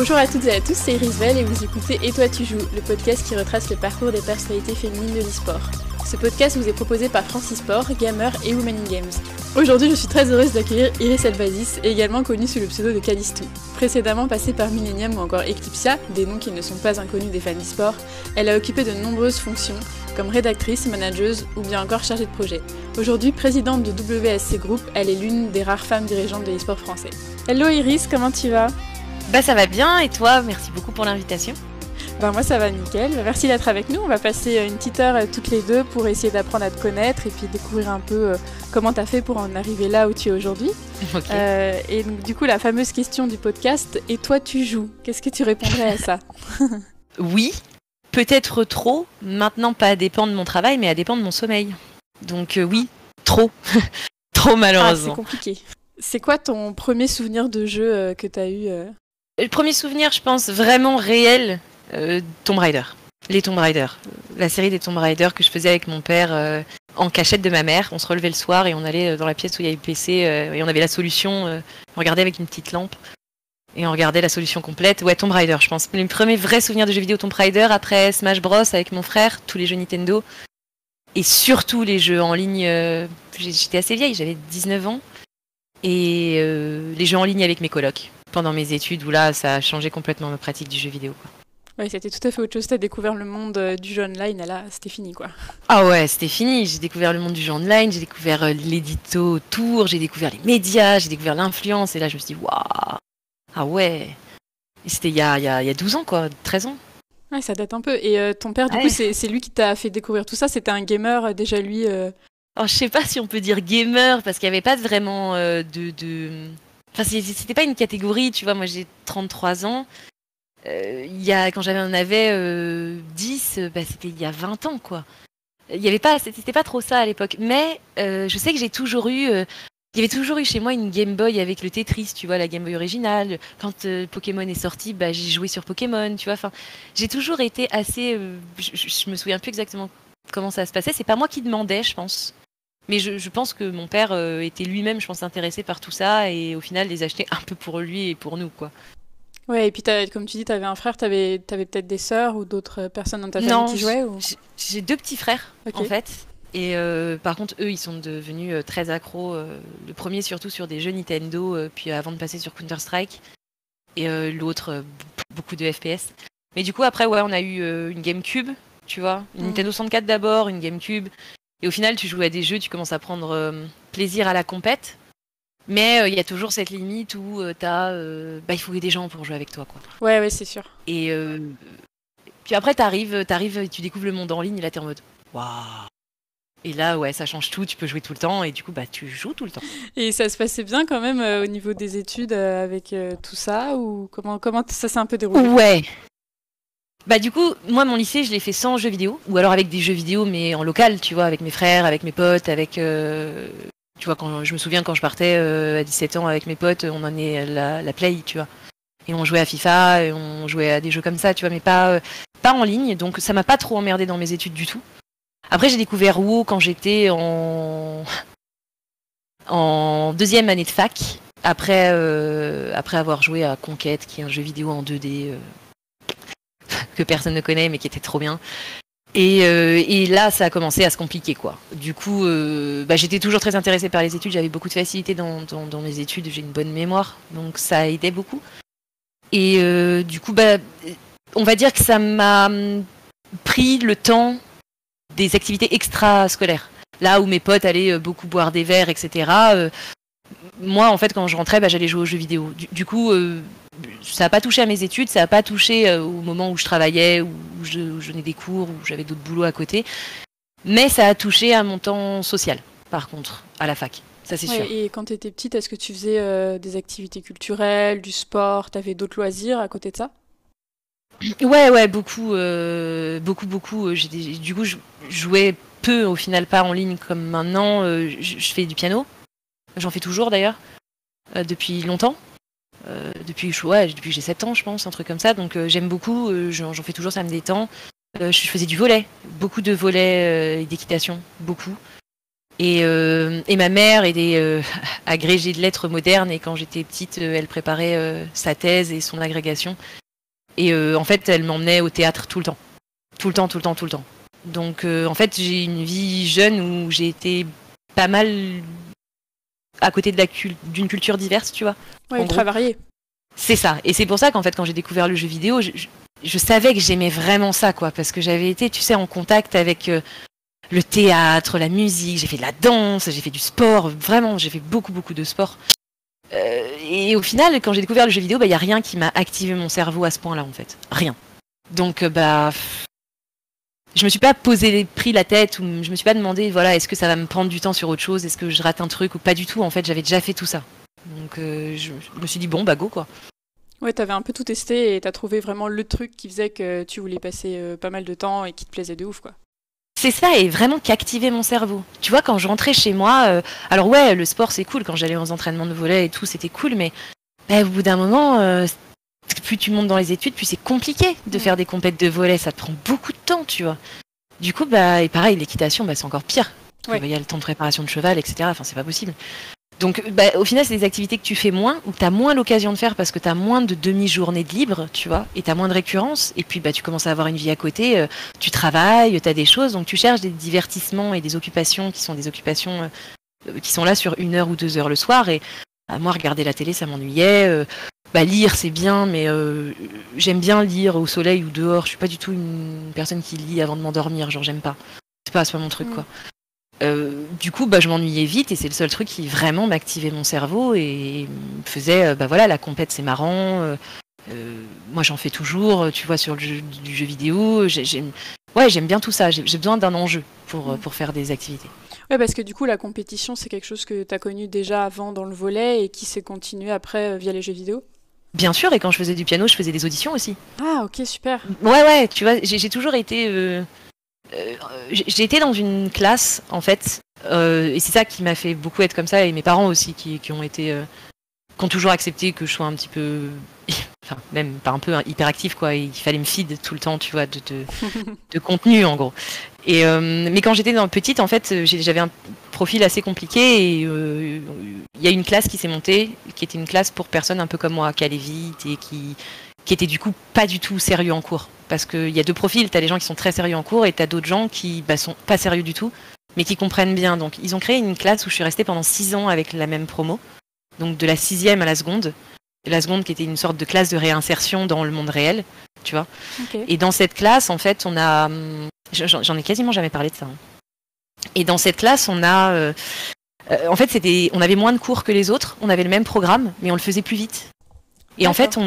Bonjour à toutes et à tous, c'est Iris Bell et vous écoutez Et toi tu joues, le podcast qui retrace le parcours des personnalités féminines de l'e-sport. Ce podcast vous est proposé par France eSport, Gamer et Women in Games. Aujourd'hui, je suis très heureuse d'accueillir Iris Elbazis, également connue sous le pseudo de Callisto. Précédemment passée par Millennium ou encore Eclipsia, des noms qui ne sont pas inconnus des fans d'e-sport, elle a occupé de nombreuses fonctions, comme rédactrice, manageuse ou bien encore chargée de projet. Aujourd'hui, présidente de WSC Group, elle est l'une des rares femmes dirigeantes de l'e-sport français. Hello Iris, comment tu vas ? Ça va bien, et toi ? Merci beaucoup pour l'invitation. Moi ça va nickel, merci d'être avec nous. On va passer une petite heure toutes les deux pour essayer d'apprendre à te connaître et puis découvrir un peu comment t'as fait pour en arriver là où tu es aujourd'hui. Okay. Et donc du coup la fameuse question du podcast, et toi tu joues ? Qu'est-ce que tu répondrais à ça ? Oui, peut-être trop, maintenant pas à dépend de mon travail mais à dépend de mon sommeil. Donc oui, trop, trop malheureusement. C'est compliqué. C'est quoi ton premier souvenir de jeu que t'as eu Le premier souvenir, je pense, vraiment réel, Tomb Raider. Les Tomb Raider. La série des Tomb Raider que je faisais avec mon père en cachette de ma mère. On se relevait le soir et on allait dans la pièce où il y avait le PC et on avait la solution. On regardait avec une petite lampe et on regardait la solution complète. Ouais, Tomb Raider, je pense. Les premiers vrais souvenirs de jeux vidéo Tomb Raider, après Smash Bros avec mon frère, tous les jeux Nintendo. Et surtout les jeux en ligne. J'étais assez vieille, j'avais 19 ans. Et les jeux en ligne avec mes colocs pendant mes études, où là, ça a changé complètement ma pratique du jeu vidéo, quoi. Ouais, c'était tout à fait autre chose. T'as découvert le monde du jeu online, et là, c'était fini, quoi. Ah ouais, c'était fini. J'ai découvert le monde du jeu online, j'ai découvert l'édito autour, j'ai découvert les médias, j'ai découvert l'influence, et là, je me suis dit, waouh, ah ouais. Et c'était il y a 12 ans, quoi, 13 ans. Ouais, ça date un peu. Et ton père, du coup, c'est lui qui t'a fait découvrir tout ça. C'était un gamer, déjà, lui Alors, je sais pas si on peut dire gamer, parce qu'il n'y avait pas vraiment Enfin, c'était pas une catégorie, tu vois, moi j'ai 33 ans. Quand j'en avais 10, c'était il y a 20 ans, quoi. Il y avait pas, c'était pas trop ça à l'époque. Mais je sais que j'ai toujours eu... il y avait toujours eu chez moi une Game Boy avec le Tetris, tu vois, la Game Boy originale. Quand Pokémon est sorti, j'ai joué sur Pokémon, tu vois. Enfin, j'ai toujours été assez... je me souviens plus exactement comment ça se passait. C'est pas moi qui demandais, je pense. Mais je pense que mon père était lui-même, je pense, intéressé par tout ça et au final les achetait un peu pour lui et pour nous, quoi. Ouais, et puis comme tu dis, t'avais un frère, t'avais peut-être des sœurs ou d'autres personnes dans ta famille qui jouaient ou... J'ai 2 petits frères, en fait. Et par contre, eux, ils sont devenus très accros. Le premier surtout sur des jeux Nintendo, puis avant de passer sur Counter-Strike. Et l'autre, beaucoup de FPS. Mais du coup, après, ouais, on a eu une GameCube, tu vois. Une Nintendo 64 d'abord, une GameCube. Et au final, tu joues à des jeux, tu commences à prendre plaisir à la compète. Mais il y a toujours cette limite où il faut des gens pour jouer avec toi, quoi. Ouais, c'est sûr. Et puis après, t'arrives et tu découvres le monde en ligne et là, t'es en mode waouh. Et là, ouais, ça change tout, tu peux jouer tout le temps et du coup, tu joues tout le temps. Et ça se passait bien quand même au niveau des études avec tout ça, ou comment ça s'est un peu déroulé ? Ouais. Du coup, moi, mon lycée, je l'ai fait sans jeux vidéo, ou alors avec des jeux vidéo, mais en local, tu vois, avec mes frères, avec mes potes, avec... tu vois, je me souviens quand je partais à 17 ans avec mes potes, on emmenait la Play, tu vois. Et on jouait à FIFA, et on jouait à des jeux comme ça, tu vois, mais pas en ligne, donc ça m'a pas trop emmerdé dans mes études du tout. Après, j'ai découvert WoW quand j'étais en 2e année de fac, après avoir joué à Conquête, qui est un jeu vidéo en 2D... que personne ne connaît mais qui était trop bien. Et là ça a commencé à se compliquer, quoi. Du coup j'étais toujours très intéressée par les études, j'avais beaucoup de facilité dans mes études, j'ai une bonne mémoire, donc ça aidait beaucoup. Et du coup on va dire que ça m'a pris le temps des activités extrascolaires. Là où mes potes allaient beaucoup boire des verres, etc. Moi en fait quand je rentrais j'allais jouer aux jeux vidéo. Du coup ça n'a pas touché à mes études, ça n'a pas touché au moment où je travaillais, où je donnais des cours, où j'avais d'autres boulots à côté. Mais ça a touché à mon temps social, par contre, à la fac. Ça, c'est sûr. Et quand tu étais petite, est-ce que tu faisais des activités culturelles, du sport ? Tu avais d'autres loisirs à côté de ça ? Ouais, beaucoup. Du coup, je jouais peu, au final, pas en ligne comme maintenant. Je fais du piano. J'en fais toujours, d'ailleurs, depuis longtemps. Depuis que j'ai 7 ans, je pense, un truc comme ça. Donc j'aime beaucoup, j'en fais toujours, ça me détend. Je faisais du volley, beaucoup de volley et d'équitation, beaucoup. Et ma mère était agrégée de lettres modernes et quand j'étais petite, elle préparait sa thèse et son agrégation. Et en fait, elle m'emmenait au théâtre tout le temps. Tout le temps, tout le temps, tout le temps. Donc en fait, j'ai une vie jeune où j'ai été pas mal à côté de d'une culture diverse, tu vois. Ouais, très variée. C'est ça. Et c'est pour ça qu'en fait, quand j'ai découvert le jeu vidéo, je savais que j'aimais vraiment ça, quoi. Parce que j'avais été, tu sais, en contact avec le théâtre, la musique, j'ai fait de la danse, j'ai fait du sport. Vraiment, j'ai fait beaucoup, beaucoup de sport. Et au final, quand j'ai découvert le jeu vidéo, il n'y a rien qui m'a activé mon cerveau à ce point-là, en fait. Rien. Donc, je me suis pas pris la tête ou je me suis pas demandé, voilà, est-ce que ça va me prendre du temps sur autre chose, est-ce que je rate un truc ou pas du tout. En fait, j'avais déjà fait tout ça. Donc, je me suis dit, bon, go, quoi. Ouais, t'avais un peu tout testé et t'as trouvé vraiment le truc qui faisait que tu voulais passer pas mal de temps et qui te plaisait de ouf, quoi. C'est ça, et vraiment qu'activer mon cerveau. Tu vois, quand je rentrais chez moi, alors ouais, le sport c'est cool, quand j'allais aux entraînements de volley et tout, c'était cool, mais au bout d'un moment, plus tu montes dans les études, plus c'est compliqué de faire des compètes de volley, ça te prend beaucoup de temps, tu vois. Du coup, et pareil, l'équitation, c'est encore pire. Ouais. Il y a le temps de préparation de cheval, etc. Enfin, c'est pas possible. Donc, au final, c'est des activités que tu fais moins, ou que tu as moins l'occasion de faire parce que tu as moins de demi-journées de libre, tu vois, et tu as moins de récurrence. Et puis, tu commences à avoir une vie à côté, tu travailles, tu as des choses, donc tu cherches des divertissements et des occupations qui sont des occupations qui sont là sur 1 heure ou 2 heures le soir. Et moi, regarder la télé, ça m'ennuyait. Lire, c'est bien, mais j'aime bien lire au soleil ou dehors. Je suis pas du tout une personne qui lit avant de m'endormir, genre j'aime pas. C'est pas mon truc, quoi. Du coup, je m'ennuyais vite et c'est le seul truc qui vraiment m'activait mon cerveau et me faisait, la compète c'est marrant. Moi, j'en fais toujours, tu vois, sur du jeu vidéo. J'aime bien tout ça. J'ai besoin d'un enjeu pour faire des activités. Ouais, parce que du coup, la compétition, c'est quelque chose que tu as connu déjà avant dans le volley et qui s'est continué après via les jeux vidéo. Bien sûr, et quand je faisais du piano, je faisais des auditions aussi. Ah, ok, super. Ouais, tu vois, j'ai toujours été... j'ai été dans une classe, en fait, et c'est ça qui m'a fait beaucoup être comme ça, et mes parents aussi, qui ont toujours accepté que je sois un petit peu... Enfin, même pas un peu hyperactif, quoi. Il fallait me feed tout le temps, tu vois, de contenu, en gros. Mais quand j'étais petite, en fait, j'avais un profil assez compliqué et il y a une classe qui s'est montée, qui était une classe pour personnes un peu comme moi, qui allaient vite et qui était du coup pas du tout sérieux en cours. Parce qu'il y a deux profils, t'as les gens qui sont très sérieux en cours et t'as d'autres gens qui sont pas sérieux du tout, mais qui comprennent bien. Donc ils ont créé une classe où je suis restée pendant 6 ans avec la même promo, donc de la 6e à la seconde. La seconde qui était une sorte de classe de réinsertion dans le monde réel, tu vois. Okay. Et dans cette classe, en fait, on a... J'en ai quasiment jamais parlé de ça. Et dans cette classe, on a... en fait, on avait moins de cours que les autres, on avait le même programme, mais on le faisait plus vite. Et en fait, on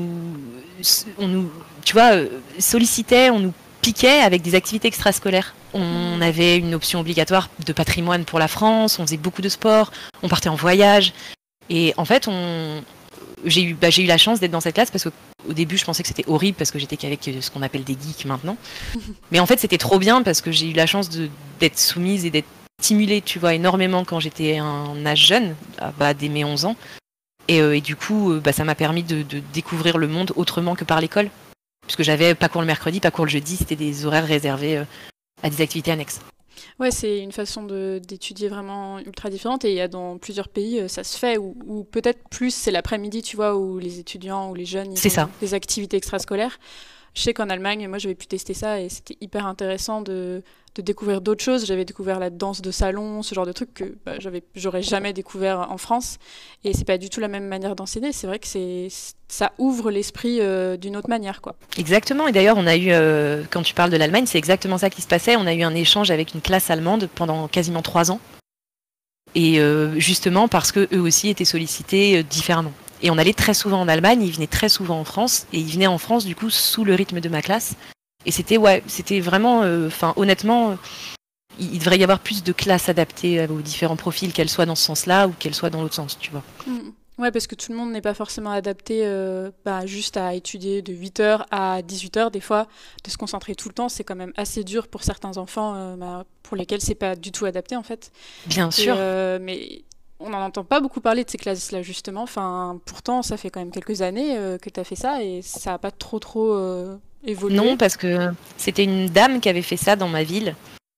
nous tu vois, sollicitait, on nous piquait avec des activités extrascolaires. On avait une option obligatoire de patrimoine pour la France, on faisait beaucoup de sport, on partait en voyage. Et en fait, j'ai eu la chance d'être dans cette classe parce qu'au début, je pensais que c'était horrible parce que j'étais qu'avec ce qu'on appelle des geeks maintenant. Mais en fait, c'était trop bien parce que j'ai eu la chance d'être soumise et d'être stimulée, tu vois, énormément quand j'étais un âge jeune, dès mes 11 ans. Et du coup, ça m'a permis de découvrir le monde autrement que par l'école. Puisque j'avais pas cours le mercredi, pas cours le jeudi, c'était des horaires réservés à des activités annexes. Ouais, c'est une façon d'étudier vraiment ultra différente et il y a dans plusieurs pays, ça se fait, ou peut-être plus c'est l'après-midi, tu vois, où les étudiants ou les jeunes ils ont des activités extrascolaires. Je sais qu'en Allemagne, moi j'avais pu tester ça et c'était hyper intéressant de découvrir d'autres choses. J'avais découvert la danse de salon, ce genre de trucs que j'aurais jamais découvert en France. Et c'est pas du tout la même manière d'enseigner. C'est vrai que ça ouvre l'esprit d'une autre manière, quoi. Exactement. Et d'ailleurs, on a eu, quand tu parles de l'Allemagne, c'est exactement ça qui se passait. On a eu un échange avec une classe allemande pendant quasiment 3 ans. Et justement parce qu'eux aussi étaient sollicités différemment. Et on allait très souvent en Allemagne, ils venaient très souvent en France, et ils venaient en France du coup sous le rythme de ma classe. Et c'était vraiment, honnêtement, il devrait y avoir plus de classes adaptées aux différents profils, qu'elles soient dans ce sens-là ou qu'elles soient dans l'autre sens, tu vois. Ouais, parce que tout le monde n'est pas forcément adapté juste à étudier de 8h à 18h. Des fois, de se concentrer tout le temps, c'est quand même assez dur pour certains enfants pour lesquels c'est pas du tout adapté en fait. Bien sûr. Mais on n'en entend pas beaucoup parler de ces classes-là, justement. Enfin, pourtant, ça fait quand même quelques années que tu as fait ça et ça n'a pas trop évolué. Non, parce que c'était une dame qui avait fait ça dans ma ville.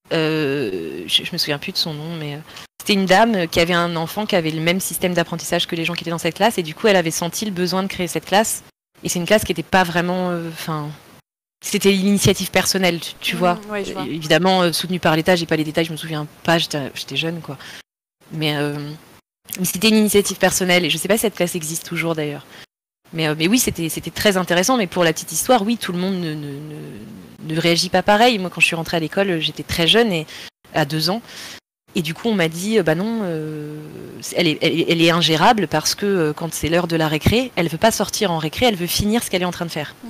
Je me souviens plus de son nom, mais c'était une dame qui avait un enfant qui avait le même système d'apprentissage que les gens qui étaient dans cette classe, et du coup, elle avait senti le besoin de créer cette classe. Et c'est une classe qui n'était pas vraiment, c'était l'initiative personnelle, tu vois. Ouais, je vois. Évidemment, soutenue par l'État, j'ai pas les détails, je me souviens pas, j'étais jeune, quoi. Mais c'était une initiative personnelle, et je sais pas si cette classe existe toujours d'ailleurs. Mais oui, c'était très intéressant, mais pour la petite histoire, oui, tout le monde ne réagit pas pareil. Moi, quand je suis rentrée à l'école, j'étais très jeune, et à 2 ans. Et du coup, on m'a dit, bah non, elle est ingérable parce que quand c'est l'heure de la récré, elle veut pas sortir en récré, elle veut finir ce qu'elle est en train de faire.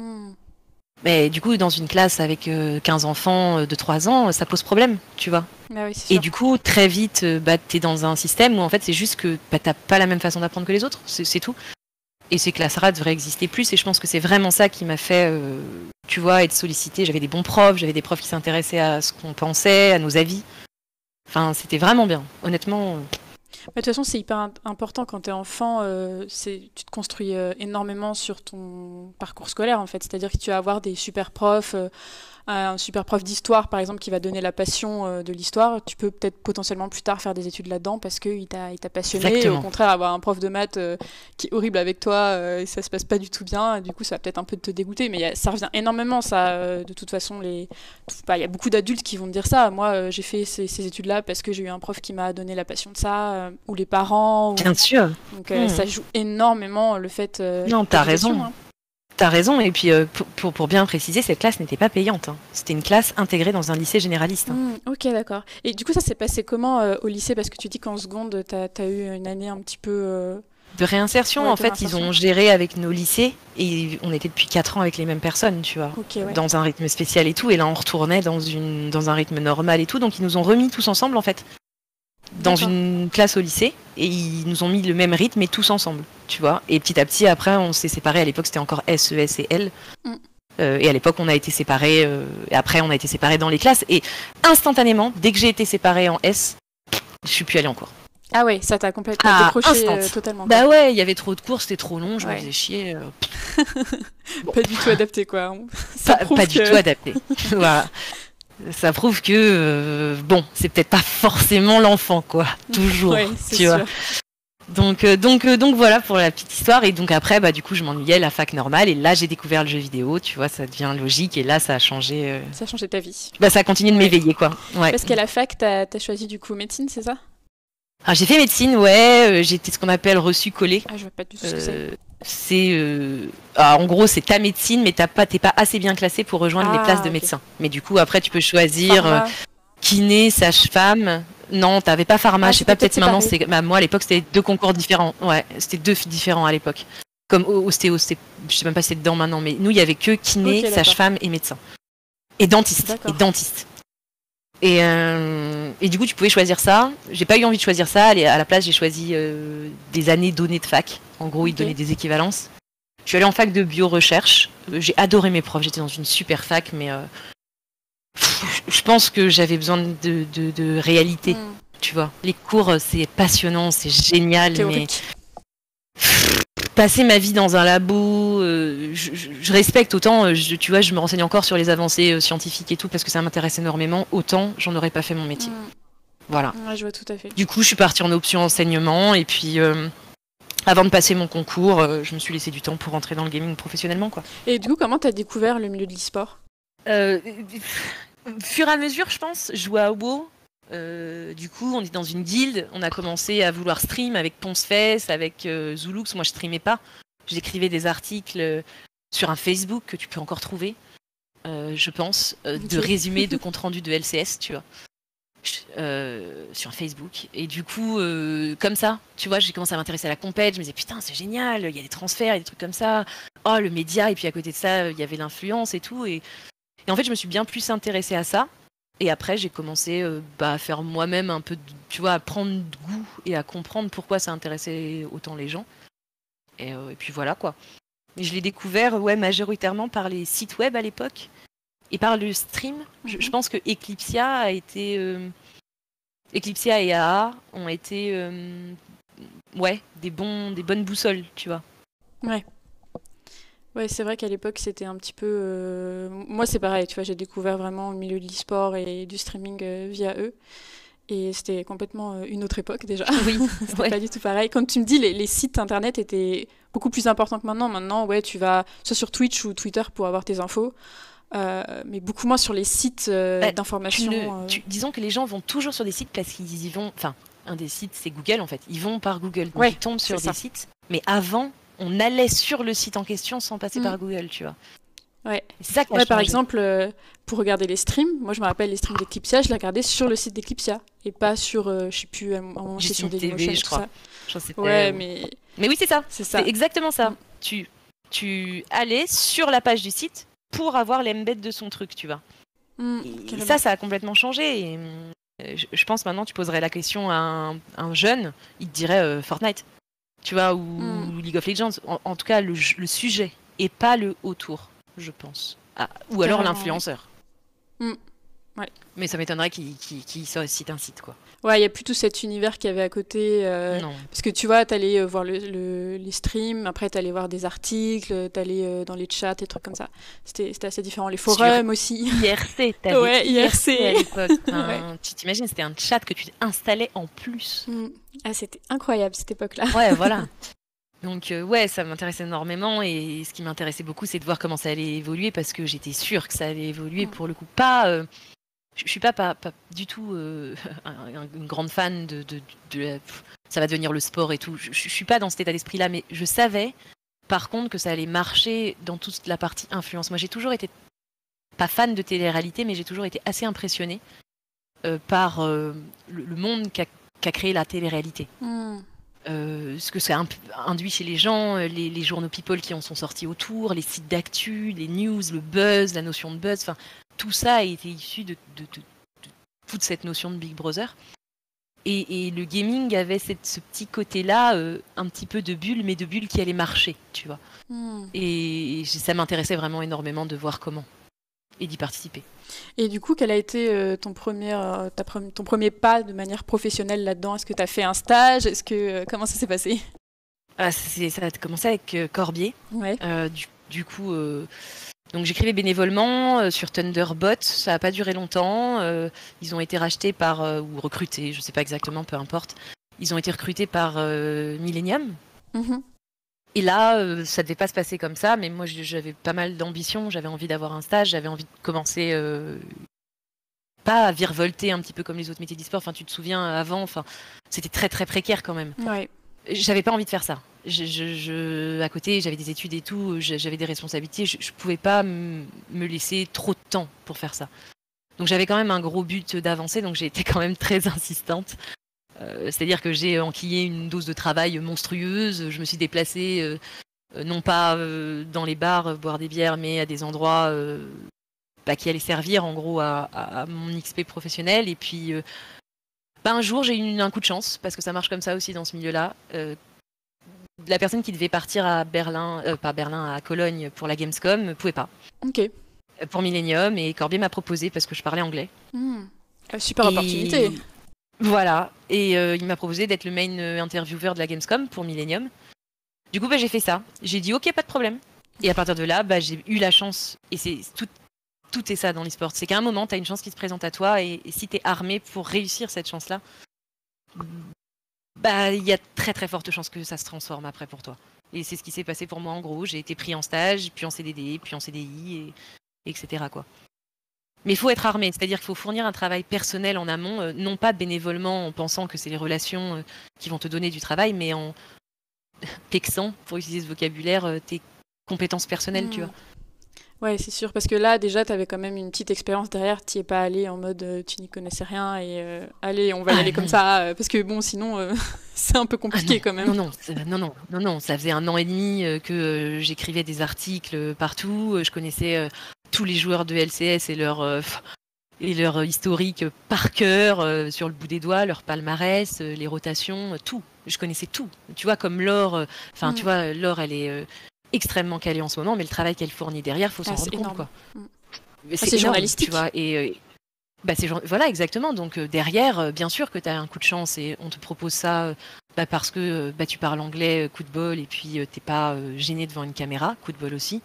Mais du coup, dans une classe avec 15 enfants de 3 ans, ça pose problème, tu vois. Ah oui, c'est sûr. Et du coup, très vite, t'es dans un système où en fait, c'est juste que t'as pas la même façon d'apprendre que les autres, c'est tout. Et ces classes-là devraient exister plus, et je pense que c'est vraiment ça qui m'a fait, tu vois, être sollicitée. J'avais des bons profs, j'avais des profs qui s'intéressaient à ce qu'on pensait, à nos avis. Enfin, c'était vraiment bien, honnêtement. De toute façon, c'est hyper important quand t'es enfant, tu te construis énormément sur ton parcours scolaire en fait. C'est-à-dire que tu vas avoir des super profs, un super prof d'histoire par exemple qui va donner la passion de l'histoire. Tu peux peut-être potentiellement plus tard faire des études là-dedans parce qu'il t'a passionné. Exactement. Et au contraire, avoir un prof de maths qui est horrible avec toi et ça se passe pas du tout bien, et du coup ça va peut-être un peu te dégoûter. Mais ça revient énormément ça. De toute façon, il y a beaucoup d'adultes qui vont te dire ça. Moi, j'ai fait ces études-là parce que j'ai eu un prof qui m'a donné la passion de ça, ou les parents. Bien sûr. Donc ça joue énormément le fait. Non, t'as raison. Hein. T'as raison, et puis pour bien préciser, cette classe n'était pas payante. Hein. C'était une classe intégrée dans un lycée généraliste. Hein. Ok, d'accord. Et du coup, ça s'est passé comment au lycée? Parce que tu dis qu'en seconde, t'as eu une année un petit peu... De réinsertion, en fait, ils ont géré avec nos lycées, et on était depuis 4 ans avec les mêmes personnes, tu vois, dans un rythme spécial et tout, et là on retournait dans un rythme normal et tout, donc ils nous ont remis tous ensemble, en fait, dans une classe au lycée, et ils nous ont mis le même rythme et tous ensemble, tu vois. Et petit à petit, après, on s'est séparés. À l'époque, c'était encore S, E, S et L. Et à l'époque, on a été séparés. Et après, on a été séparés dans les classes. Et instantanément, dès que j'ai été séparée en S, je suis plus allée en cours. Ah ouais, ça t'a complètement décroché totalement. Bah ouais, il y avait trop de cours, c'était trop long, je me faisais chier. Pas du tout adapté, quoi. Pas du tout adapté. Voilà. Ça prouve que c'est peut-être pas forcément l'enfant, quoi, toujours, tu vois. Donc voilà pour la petite histoire. Et donc après, du coup, je m'ennuyais, la fac normale, et là j'ai découvert le jeu vidéo, tu vois, ça devient logique, et là ça a changé. Ça a changé ta vie. Ça a continué de m'éveiller, quoi. Ouais. Parce qu'à la fac, t'as choisi du coup médecine, c'est ça? Alors j'ai fait médecine, ouais. J'étais ce qu'on appelle reçu-collé. Ah, je vois pas du tout ce que c'est. En gros, c'est ta médecine, mais t'es pas assez bien classé pour rejoindre les places de médecin. Mais du coup, après, tu peux choisir kiné, sage-femme. Non, t'avais pas pharma. Je sais pas, peut-être maintenant. Moi, à l'époque, c'était 2 concours différents. Ouais, c'était 2 différents à l'époque. Comme ostéo, je sais même pas si c'est dedans maintenant, mais nous, il y avait que kiné, sage-femme et médecin. Et dentiste. Et du coup, tu pouvais choisir ça. J'ai pas eu envie de choisir ça. À la place, j'ai choisi des années données de fac. En gros, ils donnaient des équivalences. Je suis allée en fac de bio-recherche. J'ai adoré mes profs. J'étais dans une super fac, mais je pense que j'avais besoin de réalité. Tu vois, les cours, c'est passionnant, c'est génial, mais passer ma vie dans un labo, je respecte autant, tu vois, je me renseigne encore sur les avancées scientifiques et tout, parce que ça m'intéresse énormément, autant j'en aurais pas fait mon métier. Voilà. Ouais, je vois tout à fait. Du coup, je suis partie en option enseignement, et puis avant de passer mon concours, je me suis laissé du temps pour rentrer dans le gaming professionnellement, quoi. Et du coup, comment t'as découvert le milieu de l'e-sport? Fur et à mesure, je pense, je jouais à WoW. Du coup, on est dans une guilde. On a commencé à vouloir stream avec Poncefess, avec Zulux. Moi, je streamais pas. J'écrivais des articles sur un Facebook que tu peux encore trouver, je pense, de résumés de compte rendu de LCS, tu vois, sur Facebook. Et du coup, comme ça, tu vois, j'ai commencé à m'intéresser à la compète. Je me disais putain, c'est génial. Il y a des transferts, il y a des trucs comme ça. Oh, le média. Et puis à côté de ça, il y avait l'influence et tout. Et en fait, je me suis bien plus intéressée à ça. Et après, j'ai commencé à faire moi-même un peu, tu vois, à prendre goût et à comprendre pourquoi ça intéressait autant les gens. Et puis voilà, quoi. Et je l'ai découvert, majoritairement par les sites web à l'époque et par le stream. Je pense que Eclipsia et AA ont été, des bonnes boussoles, tu vois. Ouais. Ouais, c'est vrai qu'à l'époque, c'était un petit peu. Moi, c'est pareil, tu vois, j'ai découvert vraiment le milieu de l'e-sport et du streaming via eux. Et c'était complètement une autre époque déjà. Oui, C'était ouais. pas du tout pareil. Comme tu me dis, les sites internet étaient beaucoup plus importants que maintenant. Maintenant, ouais, tu vas soit sur Twitch ou Twitter pour avoir tes infos, mais beaucoup moins sur les sites Bah, d'information. disons que les gens vont toujours sur des sites parce qu'ils y vont. Enfin, un des sites, c'est Google en fait. Ils vont par Google. Donc Ouais, ils tombent c'est sur ça. des sites. Mais avant, on allait sur le site en question sans passer Mm. par Google, tu vois. Ouais. Et c'est ça qui a Ouais, par changé. exemple, pour regarder les streams, moi je me rappelle les streams d'Eclipsia, je les regardais sur le site d'Eclipsia et pas sur, je sais plus, à un moment c'était sur Justine Dailymotion TV, et je tout crois. ça. Je crois que c'était. Ouais, mais Mais oui, c'est ça. c'est C'est ça. exactement Mm. ça. Tu allais sur la page du site pour avoir l'embed de son truc, tu vois. Mm, Et carrément. ça a complètement changé. Et, je pense maintenant, tu poserais la question à un jeune, il te dirait Fortnite, tu vois, Mm, ou League of Legends. En tout cas, le sujet et pas le autour, je pense. Ah, ou alors carrément, ouais. l'influenceur. Mm, ouais. Mais ça m'étonnerait qu'il cite un site, quoi. Ouais, il y a plus tout cet univers qu'il y avait à côté. Non. Parce que tu vois, t'allais voir les streams, après t'allais voir des articles, t'allais dans les chats, et trucs comme ça. C'était assez différent. Les Sur forums aussi. IRC, t'avais Ouais, IRC à IRC. l'époque. Ouais. Enfin, tu t'imagines, c'était un chat que tu installais en plus. Mm. Ah, c'était incroyable cette époque-là. Ouais, voilà. Donc ouais, ça m'intéresse énormément et ce qui m'intéressait beaucoup, c'est de voir comment ça allait évoluer parce que j'étais sûre que ça allait évoluer Mm. pour le coup. Pas, je suis pas du tout une grande fan ça va devenir le sport et tout. Je suis pas dans cet état d'esprit-là, mais je savais par contre que ça allait marcher dans toute la partie influence. Moi, j'ai toujours été pas fan de télé-réalité, mais j'ai toujours été assez impressionnée par le monde qu'a créé la télé-réalité. Mm. Ce que ça induit chez les gens, les journaux people qui en sont sortis autour, les sites d'actu, les news, le buzz, la notion de buzz, enfin, tout ça a été issu de toute cette notion de Big Brother. Et le gaming avait ce petit côté-là, un petit peu de bulle, mais de bulle qui allait marcher, tu vois. Mm. Et ça m'intéressait vraiment énormément de voir comment et d'y participer. Et du coup, quel a été ton premier pas de manière professionnelle là-dedans? Est-ce que tu as fait un stage? Comment ça s'est passé? Ah, ça a commencé avec Corbier. Ouais. Du coup, donc j'écrivais bénévolement sur Thunderbot. Ça n'a pas duré longtemps. Ils ont été rachetés ou recrutés, je ne sais pas exactement, peu importe. Ils ont été recrutés par Millennium. Mhm. Et là, ça devait pas se passer comme ça, mais moi j'avais pas mal d'ambition. J'avais envie d'avoir un stage, j'avais envie de commencer. Pas à virevolter un petit peu comme les autres métiers d'e-sport. Enfin, tu te souviens avant, enfin, c'était très très précaire quand même. Ouais. J'avais pas envie de faire ça. À côté, j'avais des études et tout, j'avais des responsabilités. Je pouvais pas me laisser trop de temps pour faire ça. Donc j'avais quand même un gros but d'avancer, donc j'ai été quand même très insistante. C'est-à-dire que j'ai enquillé une dose de travail monstrueuse. Je me suis déplacée, non pas dans les bars boire des bières, mais à des endroits qui allaient servir en gros à mon XP professionnel. Et puis un jour, j'ai eu un coup de chance, parce que ça marche comme ça aussi dans ce milieu-là. La personne qui devait partir à Berlin, pas Berlin, à Cologne pour la Gamescom, ne pouvait pas. Ok. Pour Millennium, et Corbier m'a proposé parce que je parlais anglais. Mm. Super opportunité. Voilà, et il m'a proposé d'être le main intervieweur de la Gamescom pour Millennium. Du coup, j'ai fait ça. J'ai dit ok, pas de problème. Et à partir de là, j'ai eu la chance, et c'est tout est ça dans l'e-sport. C'est qu'à un moment, tu as une chance qui se présente à toi, et si tu es armé pour réussir cette chance-là, il y a très très forte chance que ça se transforme après pour toi. Et c'est ce qui s'est passé pour moi en gros. J'ai été pris en stage, puis en CDD, puis en CDI, etc. quoi. Mais il faut être armé, c'est-à-dire qu'il faut fournir un travail personnel en amont, non pas bénévolement en pensant que c'est les relations qui vont te donner du travail, mais en pexant, pour utiliser ce vocabulaire, tes compétences personnelles, tu vois. Ouais, c'est sûr, parce que là, déjà, tu avais quand même une petite expérience derrière, tu n'y es pas allé en mode tu n'y connaissais rien et allez, on va y aller comme ça, parce que bon, sinon, c'est un peu compliqué quand même. Non, ça faisait 1 an et demi que j'écrivais des articles partout, je connaissais tous les joueurs de LCS et leur historique par cœur, sur le bout des doigts, leur palmarès, les rotations, tout. Je connaissais tout. Tu vois, comme Laure, tu vois, Laure, elle est extrêmement calée en ce moment, mais le travail qu'elle fournit derrière, faut s'en rendre compte, énorme. quoi. Mm. Mais C'est énorme, journalistique. tu vois, et Bah voilà, exactement. Donc derrière, bien sûr que tu as un coup de chance et on te propose ça parce que tu parles anglais, coup de bol, et puis t'es pas gêné devant une caméra, coup de bol aussi.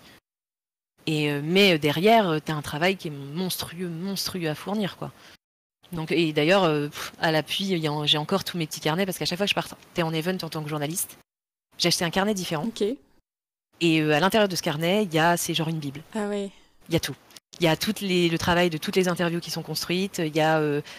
Mais derrière, tu as un travail qui est monstrueux à fournir, quoi. Donc, et d'ailleurs, à l'appui, j'ai encore tous mes petits carnets parce qu'à chaque fois que je partais en event en tant que journaliste, j'ai acheté un carnet différent. Ok. Et à l'intérieur de ce carnet, c'est genre une bible. Ah ouais. Il y a tout. Il y a le travail de toutes les interviews qui sont construites, il y a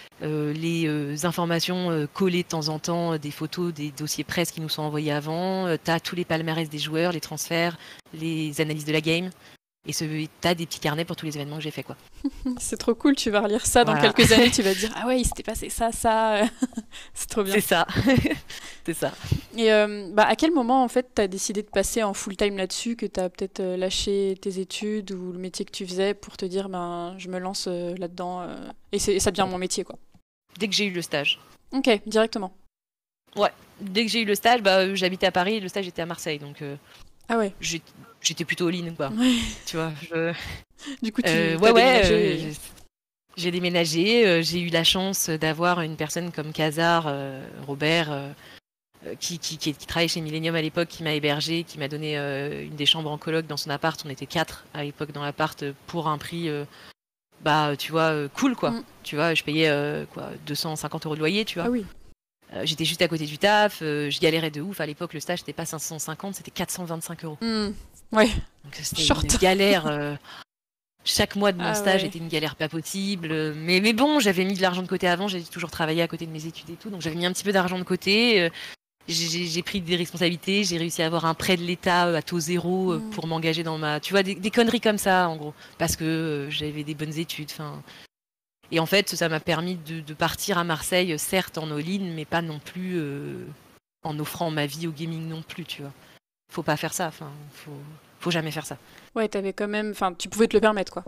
les informations collées de temps en temps, des photos, des dossiers presse qui nous sont envoyés avant, t'as tous les palmarès des joueurs, les transferts, les analyses de la game, et t'as des petits carnets pour tous les événements que j'ai fait, quoi. C'est trop cool, tu vas relire ça dans quelques années, tu vas te dire ah ouais, il s'était passé ça. C'est trop bien. C'est ça. C'est ça. Et à quel moment en fait t'as décidé de passer en full time là-dessus, que t'as peut-être lâché tes études ou le métier que tu faisais pour te dire je me lance là-dedans et ça devient mon métier, quoi. Dès que j'ai eu le stage. Ok, directement. Ouais, dès que j'ai eu le stage, j'habitais à Paris, le stage était à Marseille, donc ah ouais. J'étais plutôt all-in, quoi. Ouais. Tu vois, Du coup, déménagé. J'ai déménagé. J'ai eu la chance d'avoir une personne comme Casar, Robert, qui travaillait chez Millennium à l'époque, qui m'a hébergé, qui m'a donné une des chambres en coloc dans son appart. On était 4 à l'époque dans l'appart pour un prix, tu vois, cool, quoi. Tu vois, je payais 250 € de loyer, tu vois. Ah oui. J'étais juste à côté du taf, je galérais de ouf. À l'époque, le stage, c'était pas 550, c'était 425 €. Ouais. Donc c'était une galère. Chaque mois de mon stage était une galère pas possible. Mais bon, j'avais mis de l'argent de côté avant, j'ai toujours travaillé à côté de mes études et tout, donc j'avais mis un petit peu d'argent de côté. J'ai pris des responsabilités, j'ai réussi à avoir un prêt de l'État à taux zéro pour m'engager dans tu vois, des conneries comme ça, en gros. Parce que j'avais des bonnes études, enfin... Et en fait, ça m'a permis de partir à Marseille, certes en all-in, mais pas non plus en offrant ma vie au gaming non plus, tu vois. Faut pas faire ça, enfin, faut jamais faire ça. Ouais, t'avais quand même, enfin, tu pouvais te le permettre, quoi.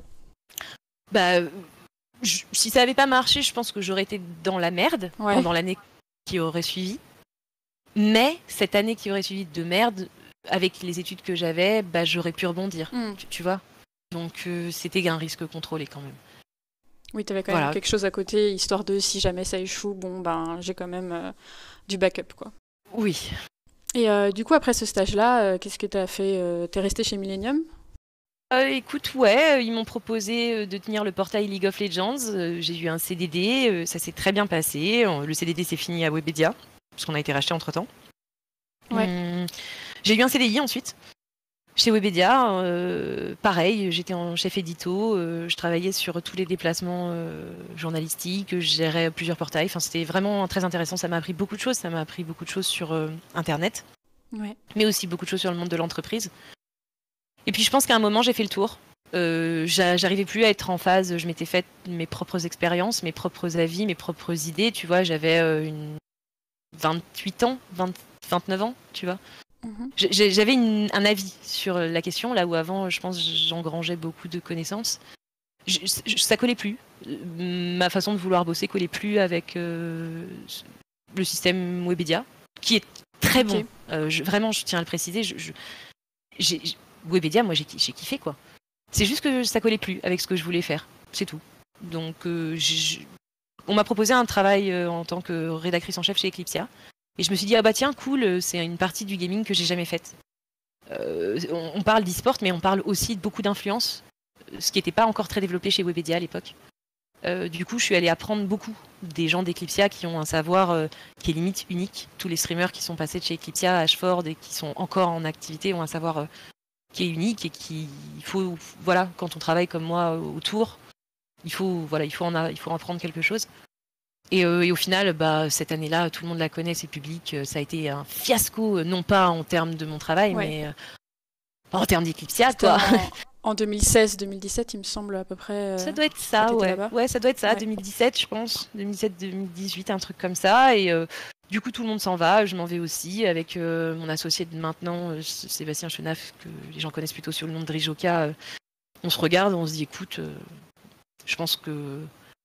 Si ça avait pas marché, je pense que j'aurais été dans la merde pendant l'année qui aurait suivi. Mais cette année qui aurait suivi de merde, avec les études que j'avais, j'aurais pu rebondir, tu vois. Donc c'était un risque contrôlé quand même. Oui, t'avais quand même quelque chose à côté, histoire de si jamais ça échoue, j'ai quand même du backup, quoi. Oui. Et du coup, après ce stage-là, qu'est-ce que t'as fait? T'es resté chez Millennium? Écoute, ouais, ils m'ont proposé de tenir le portail League of Legends. J'ai eu un CDD, ça s'est très bien passé. Le CDD s'est fini à Webedia, parce qu'on a été racheté entre-temps. Ouais. J'ai eu un CDI ensuite. Chez Webedia, pareil, j'étais en chef édito, je travaillais sur tous les déplacements journalistiques, je gérais plusieurs portails. Enfin, c'était vraiment très intéressant, ça m'a appris beaucoup de choses. Ça m'a appris beaucoup de choses sur Internet, mais aussi beaucoup de choses sur le monde de l'entreprise. Et puis je pense qu'à un moment, j'ai fait le tour. J'arrivais plus à être en phase, je m'étais fait mes propres expériences, mes propres avis, mes propres idées. Tu vois, j'avais 28 ans, 29 ans, tu vois. J'avais un avis sur la question, là où avant, je pense, j'engrangeais beaucoup de connaissances. Ça collait plus. Ma façon de vouloir bosser collait plus avec le système Webedia, qui est très bon. Vraiment, je tiens à le préciser. Webedia, moi, j'ai kiffé, quoi. C'est juste que ça collait plus avec ce que je voulais faire. C'est tout. Donc, on m'a proposé un travail en tant que rédactrice en chef chez Eclipsia. Et je me suis dit, ah bah tiens, cool, c'est une partie du gaming que j'ai jamais faite. On parle d'e-sport, mais on parle aussi de beaucoup d'influence, ce qui n'était pas encore très développé chez Webedia à l'époque. Du coup, je suis allée apprendre beaucoup des gens d'Eclipsia qui ont un savoir qui est limite unique. Tous les streamers qui sont passés de chez Eclipsia, Ashford, et qui sont encore en activité ont un savoir qui est unique et il faut, voilà, quand on travaille comme moi autour, il faut en apprendre quelque chose. Et au final, cette année-là, tout le monde la connaît, c'est public. Ça a été un fiasco, non pas en termes de mon travail, mais en termes d'Eclipsia, quoi. En 2016-2017, il me semble, à peu près. Ça doit être ça, ouais. Ouais, ça doit être ça, 2017, je pense. 2017-2018, un truc comme ça. Et du coup, tout le monde s'en va. Je m'en vais aussi avec mon associé de maintenant, Sébastien Chenaf, que les gens connaissent plutôt sur le nom de Drijoka. On se regarde, on se dit, écoute, je pense que...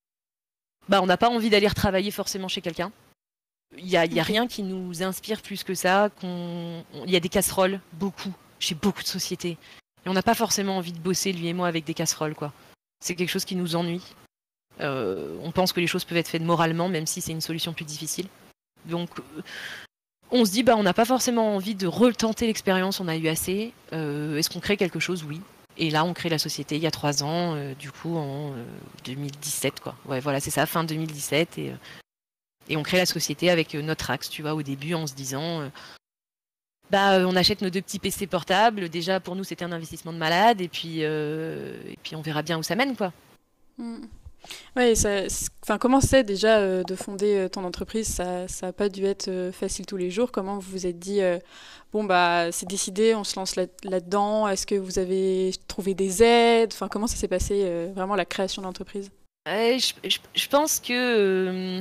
on n'a pas envie d'aller retravailler forcément chez quelqu'un. Il y a rien qui nous inspire plus que ça. Il y a des casseroles, beaucoup, chez beaucoup de sociétés. Et on n'a pas forcément envie de bosser, lui et moi, avec des casseroles, quoi. C'est quelque chose qui nous ennuie. On pense que les choses peuvent être faites moralement, même si c'est une solution plus difficile. Donc, on se dit, on n'a pas forcément envie de retenter l'expérience, on a eu assez. Est-ce qu'on crée quelque chose? Oui. Et là, on crée la société il y a 3 ans, du coup, en 2017, quoi. Ouais, voilà, c'est ça, fin 2017. Et on crée la société avec notre axe, tu vois, au début, en se disant, on achète nos 2 petits PC portables. Déjà, pour nous, c'était un investissement de malade. Et puis on verra bien où ça mène, quoi. Ouais, comment c'est déjà de fonder ton entreprise? Ça n'a pas dû être facile tous les jours. Comment vous vous êtes dit, c'est décidé, on se lance là-dedans? Est-ce que vous avez trouvé des aides? Enfin, comment ça s'est passé vraiment la création de l'entreprise? Je pense que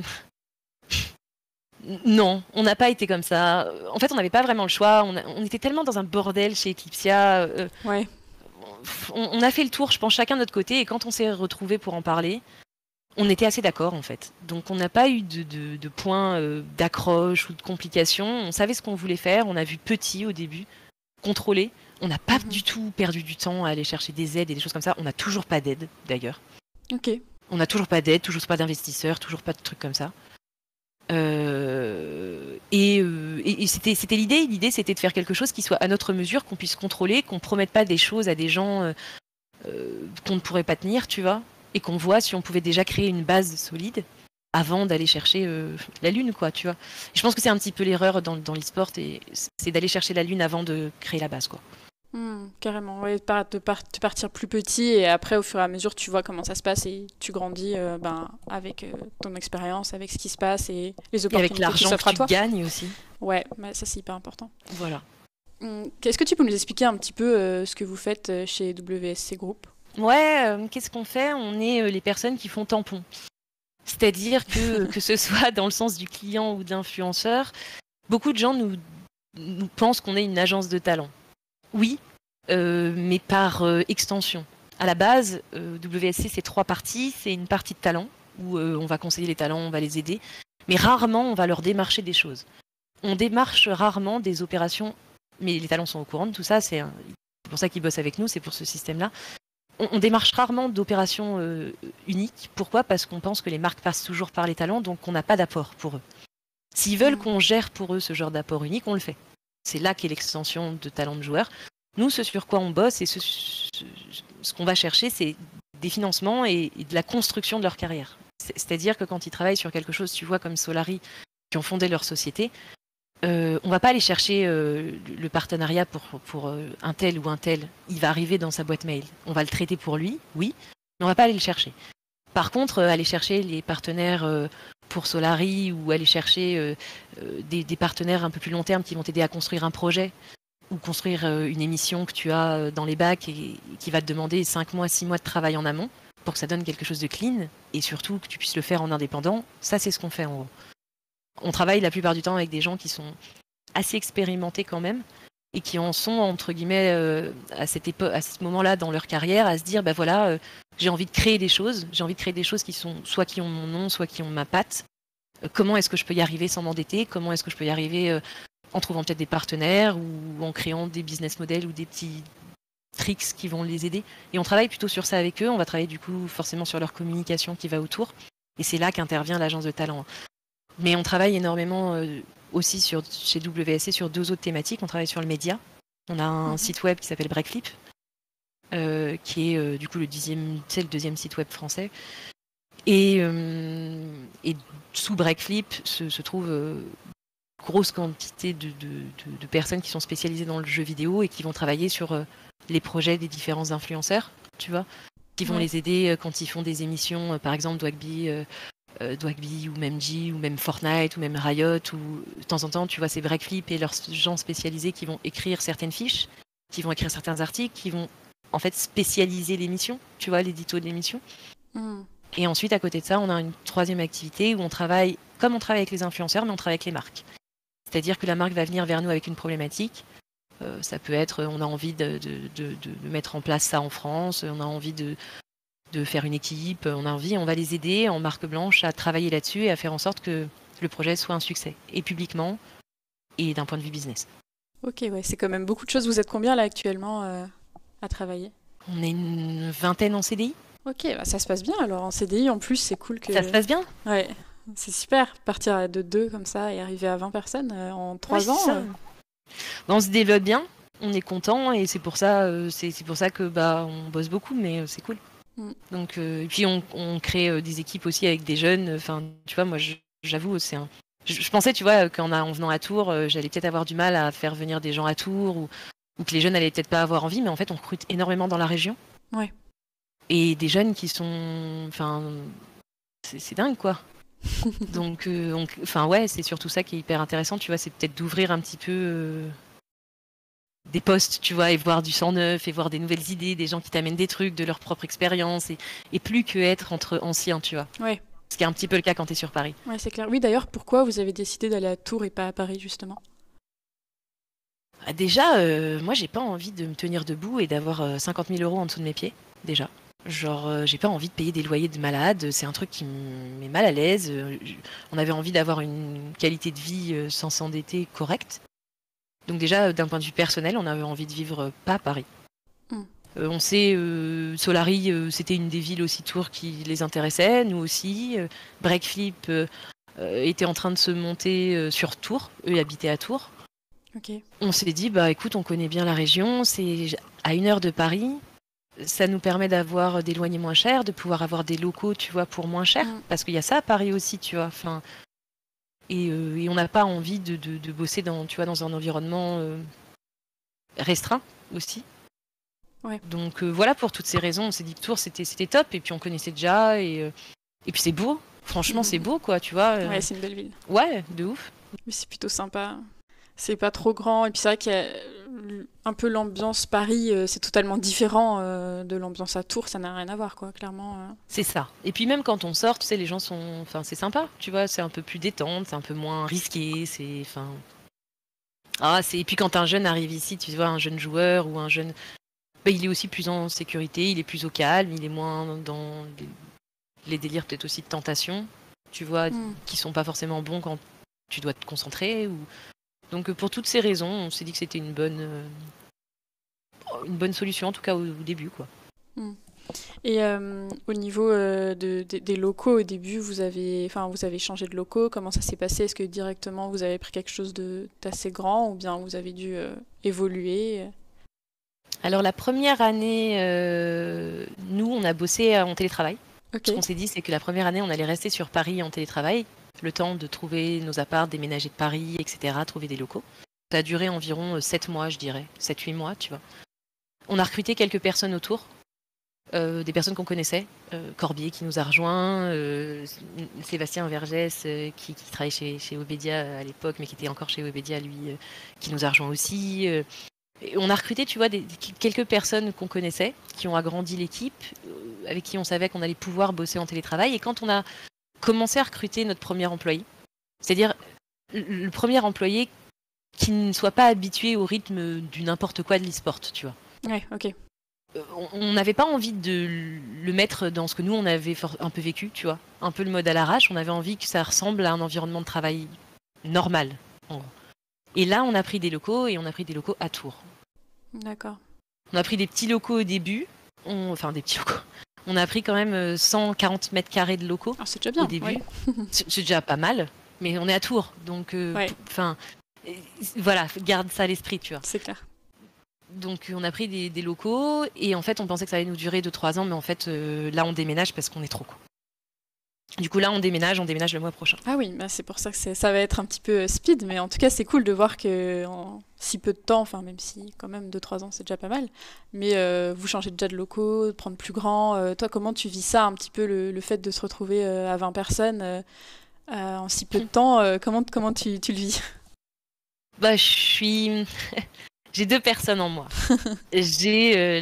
non, on n'a pas été comme ça. En fait, on n'avait pas vraiment le choix. On était tellement dans un bordel chez Eclipsia. Ouais. On a fait le tour, je pense, chacun de notre côté. Et quand on s'est retrouvés pour en parler, on était assez d'accord, en fait. Donc, on n'a pas eu de points d'accroche ou de complications. On savait ce qu'on voulait faire. On a vu petit au début, contrôlé. On n'a pas du tout perdu du temps à aller chercher des aides et des choses comme ça. On n'a toujours pas d'aide, d'ailleurs. Ok. On n'a toujours pas d'aide, toujours pas d'investisseurs, toujours pas de trucs comme ça. Et c'était l'idée. L'idée, c'était de faire quelque chose qui soit à notre mesure, qu'on puisse contrôler, qu'on promette pas des choses à des gens qu'on ne pourrait pas tenir, tu vois, et qu'on voit si on pouvait déjà créer une base solide avant d'aller chercher la lune, quoi, tu vois. Et je pense que c'est un petit peu l'erreur dans l'e-sport, et c'est d'aller chercher la lune avant de créer la base, quoi. Carrément, ouais, de partir plus petit et après au fur et à mesure tu vois comment ça se passe et tu grandis avec ton expérience, avec ce qui se passe et les opportunités et avec qui s'offrent à toi. L'argent que tu gagnes aussi. Ouais, ça c'est hyper important. Voilà. Est-ce que tu peux nous expliquer un petit peu ce que vous faites chez WSC Group? Ouais, qu'est-ce qu'on fait? On est les personnes qui font tampon. C'est-à-dire que ce soit dans le sens du client ou de l'influenceur, beaucoup de gens nous pensent qu'on est une agence de talent. Oui, mais par extension. À la base, WSC, c'est 3 parties. C'est une partie de talent, où on va conseiller les talents, on va les aider. Mais rarement, on va leur démarcher des choses. On démarche rarement des opérations, mais les talents sont au courant de tout ça. C'est pour ça qu'ils bossent avec nous, c'est pour ce système-là. On démarche rarement d'opérations uniques. Pourquoi? Parce qu'on pense que les marques passent toujours par les talents, donc on n'a pas d'apport pour eux. S'ils veulent qu'on gère pour eux ce genre d'apport unique, on le fait. C'est là qu'est l'extension de talent de joueurs. Nous, ce sur quoi on bosse et ce qu'on va chercher, c'est des financements et de la construction de leur carrière. C'est-à-dire que quand ils travaillent sur quelque chose, tu vois, comme Solary, qui ont fondé leur société, on va pas aller chercher le partenariat pour un tel ou un tel. Il va arriver dans sa boîte mail. On va le traiter pour lui, oui, mais on va pas aller le chercher. Par contre, aller chercher les partenaires pour Solary ou aller chercher des partenaires un peu plus long terme qui vont t'aider à construire un projet ou construire une émission que tu as dans les bacs et qui va te demander 5 mois, 6 mois de travail en amont pour que ça donne quelque chose de clean et surtout que tu puisses le faire en indépendant, ça c'est ce qu'on fait en gros. On travaille la plupart du temps avec des gens qui sont assez expérimentés quand même et qui en sont entre guillemets à ce moment-là dans leur carrière à se dire j'ai envie de créer des choses, qui sont soit qui ont mon nom, soit qui ont ma patte. Comment est-ce que je peux y arriver sans m'endetter? Comment est-ce que je peux y arriver en trouvant peut-être des partenaires ou en créant des business models ou des petits tricks qui vont les aider. Et on travaille plutôt sur ça avec eux. On va travailler du coup forcément sur leur communication qui va autour. Et c'est là qu'intervient l'agence de talent. Mais on travaille énormément aussi chez WSC sur 2 autres thématiques. On travaille sur le média. On a un site web qui s'appelle Breakflip, qui est du coup le 2e site web français. Et sous Breakflip se trouve grosse quantité de personnes qui sont spécialisées dans le jeu vidéo et qui vont travailler sur les projets des différents influenceurs, tu vois, qui vont les aider quand ils font des émissions, par exemple Dwagby ou même G ou même Fortnite ou même Riot, ou de temps en temps, tu vois, c'est Breakflip et leurs gens spécialisés qui vont écrire certaines fiches, qui vont écrire certains articles, qui vont en fait spécialiser l'émission, tu vois, l'édito de l'émission. Et ensuite, à côté de ça, on a une 3e activité où on travaille, comme on travaille avec les influenceurs, mais on travaille avec les marques. C'est-à-dire que la marque va venir vers nous avec une problématique. Ça peut être, on a envie de mettre en place ça en France, on a envie de faire une équipe, on va les aider en marque blanche à travailler là-dessus et à faire en sorte que le projet soit un succès, et publiquement, et d'un point de vue business. Ok, ouais, c'est quand même beaucoup de choses. Vous êtes combien là actuellement à travailler? On est une 20aine en CDI. Ok, bah ça se passe bien alors en CDI en plus, c'est cool que... Ça se passe bien? Ouais, c'est super, partir de 2 comme ça et arriver à 20 personnes en 3 Ouais, ans. c'est ça. On se développe bien, on est content et c'est pour ça que on bosse beaucoup, mais c'est cool. Donc et puis on crée des équipes aussi avec des jeunes. Enfin, tu vois, moi j'avoue, je pensais, tu vois, en venant à Tours, j'allais peut-être avoir du mal à faire venir des gens à Tours ou que les jeunes allaient peut-être pas avoir envie, mais en fait on recrute énormément dans la région. Ouais. Et des jeunes qui sont, enfin, c'est dingue quoi. Donc, ouais, c'est surtout ça qui est hyper intéressant, tu vois, c'est peut-être d'ouvrir un petit peu des postes, tu vois, et voir du sang neuf, et voir des nouvelles idées, des gens qui t'amènent des trucs de leur propre expérience, et plus que être entre anciens, tu vois. Ouais. Ce qui est un petit peu le cas quand t'es sur Paris. Ouais, c'est clair. Oui, d'ailleurs, pourquoi vous avez décidé d'aller à Tours et pas à Paris, justement? Déjà, moi, j'ai pas envie de me tenir debout et d'avoir 50 000 euros en dessous de mes pieds, déjà. Genre, j'ai pas envie de payer des loyers de malade, c'est un truc qui me met mal à l'aise. On avait envie d'avoir une qualité de vie sans s'endetter correcte. Donc déjà, d'un point de vue personnel, on avait envie de vivre pas à Paris. On sait, Solari, c'était une des villes aussi Tours qui les intéressait, nous aussi. Breakflip était en train de se monter sur Tours, eux habitaient à Tours. Okay. On s'est dit, bah écoute, on connaît bien la région, c'est à 1 heure de Paris. Ça nous permet d'avoir des loyers moins chers, de pouvoir avoir des locaux, tu vois, pour moins cher. Parce qu'il y a ça à Paris aussi, tu vois. Enfin, et on n'a pas envie de bosser dans un environnement restreint aussi. Ouais. Donc voilà, pour toutes ces raisons, on s'est dit que Tours c'était top, et puis on connaissait déjà, et puis c'est beau. Franchement, c'est beau, quoi, tu vois. Ouais, c'est une belle ville. Ouais, de ouf. Mais c'est plutôt sympa. C'est pas trop grand, et puis c'est vrai qu'il y a un peu l'ambiance Paris, c'est totalement différent de l'ambiance à Tours, ça n'a rien à voir, quoi, clairement. C'est ça. Et puis même quand on sort, tu sais, les gens sont... Enfin, c'est sympa, tu vois, c'est un peu plus détente, c'est un peu moins risqué, c'est... Enfin... Et puis quand un jeune arrive ici, tu vois, un jeune joueur ou un jeune... Bah, il est aussi plus en sécurité, il est plus au calme, il est moins dans les délires peut-être aussi de tentation, tu vois, qui sont pas forcément bons quand tu dois te concentrer. Donc pour toutes ces raisons, on s'est dit que c'était une bonne solution, en tout cas au début, quoi. Et au niveau des locaux, au début, vous avez changé de locaux. Comment ça s'est passé? Est-ce que directement vous avez pris quelque chose d'assez grand, ou bien vous avez dû évoluer? Alors la première année, nous, on a bossé en télétravail. Okay. Ce qu'on s'est dit, c'est que la première année, on allait rester sur Paris en télétravail, le temps de trouver nos apparts, déménager de Paris, etc., trouver des locaux. Ça a duré environ 7 mois, je dirais, 7-8 mois, tu vois. On a recruté quelques personnes autour, des personnes qu'on connaissait. Corbier qui nous a rejoints, Sébastien Vergès qui travaillait chez Webedia à l'époque, mais qui était encore chez Webedia, lui, qui nous a rejoints aussi. Et on a recruté, tu vois, quelques personnes qu'on connaissait, qui ont agrandi l'équipe, avec qui on savait qu'on allait pouvoir bosser en télétravail. Et quand on a commencé à recruter notre premier employé, c'est-à-dire le premier employé qui ne soit pas habitué au rythme du n'importe quoi de l'e-sport, tu vois. Ouais, ok. On n'avait pas envie de le mettre dans ce que nous, on avait un peu vécu, tu vois. Un peu le mode à l'arrache. On avait envie que ça ressemble à un environnement de travail normal, en gros. Et là, on a pris des locaux, et on a pris des locaux à Tours. D'accord. On a pris des petits locaux au début. Enfin, des petits locaux. On a pris quand même 140 mètres carrés de locaux. Alors, c'est déjà bien. Au début. Ouais. C'est déjà pas mal, mais on est à Tours. Donc, voilà, garde ça à l'esprit, tu vois. C'est clair. Donc on a pris des locaux, et en fait on pensait que ça allait nous durer 2-3 ans, mais en fait là on déménage parce qu'on est trop, quoi. Du coup là on déménage le mois prochain. Ah oui, bah c'est pour ça que ça va être un petit peu speed, mais en tout cas c'est cool de voir que en si peu de temps, enfin même si quand même 2-3 ans c'est déjà pas mal, mais vous changez déjà de locaux, de prendre plus grand. Toi comment tu vis ça un petit peu, le fait de se retrouver à 20 personnes en si peu de temps, comment tu le vis? Bah je suis... J'ai 2 personnes en moi. J'ai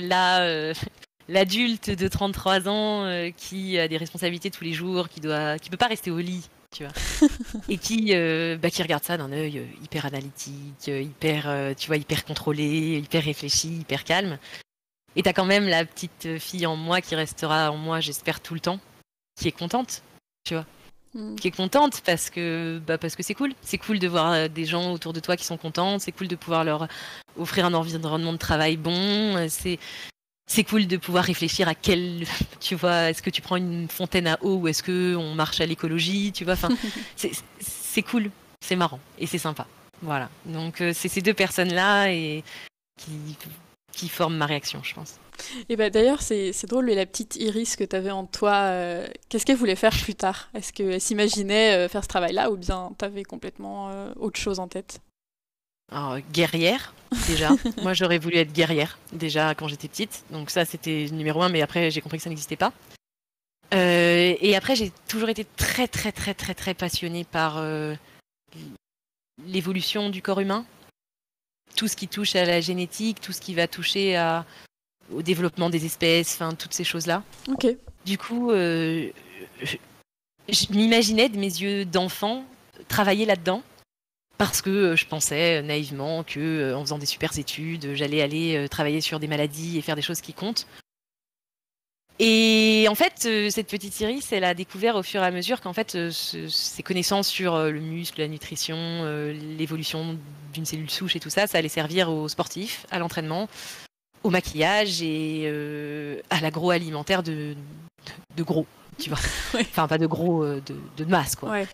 l'adulte de 33 ans qui a des responsabilités tous les jours, qui peut pas rester au lit, tu vois, et qui regarde ça d'un œil hyper analytique, hyper contrôlé, hyper réfléchi, hyper calme. Et t'as quand même la petite fille en moi qui restera en moi, j'espère, tout le temps, qui est contente, tu vois. Qui est contente parce que c'est cool. C'est cool de voir des gens autour de toi qui sont contents. C'est cool de pouvoir leur offrir un environnement de travail bon. C'est c'est cool de pouvoir réfléchir à tu vois, est-ce que tu prends une fontaine à eau ou est-ce que on marche à l'écologie, tu vois. Enfin, c'est cool, c'est marrant et c'est sympa. Voilà. Donc c'est ces deux personnes-là et qui forment ma réaction, je pense. Et bah d'ailleurs, c'est drôle, mais la petite Iris que tu avais en toi, qu'est-ce qu'elle voulait faire plus tard? Est-ce qu'elle s'imaginait faire ce travail-là ou bien tu avais complètement autre chose en tête? Alors, guerrière, déjà. Moi, j'aurais voulu être guerrière, déjà, quand j'étais petite. Donc ça, c'était numéro 1, mais après, j'ai compris que ça n'existait pas. Et après, j'ai toujours été très, très, très, très, très passionnée par l'évolution du corps humain. Tout ce qui touche à la génétique, tout ce qui va toucher au développement des espèces, enfin, toutes ces choses-là. Ok. Du coup, je m'imaginais de mes yeux d'enfant travailler là-dedans. Parce que je pensais naïvement que en faisant des super études, j'allais aller travailler sur des maladies et faire des choses qui comptent. Et en fait, cette petite Iris, elle a découvert au fur et à mesure qu'en fait, ses connaissances sur le muscle, la nutrition, l'évolution d'une cellule souche et tout ça, ça allait servir aux sportifs, à l'entraînement, au maquillage et à l'agroalimentaire de gros, tu vois. Ouais. Enfin, pas de gros, de masse, quoi. Ouais.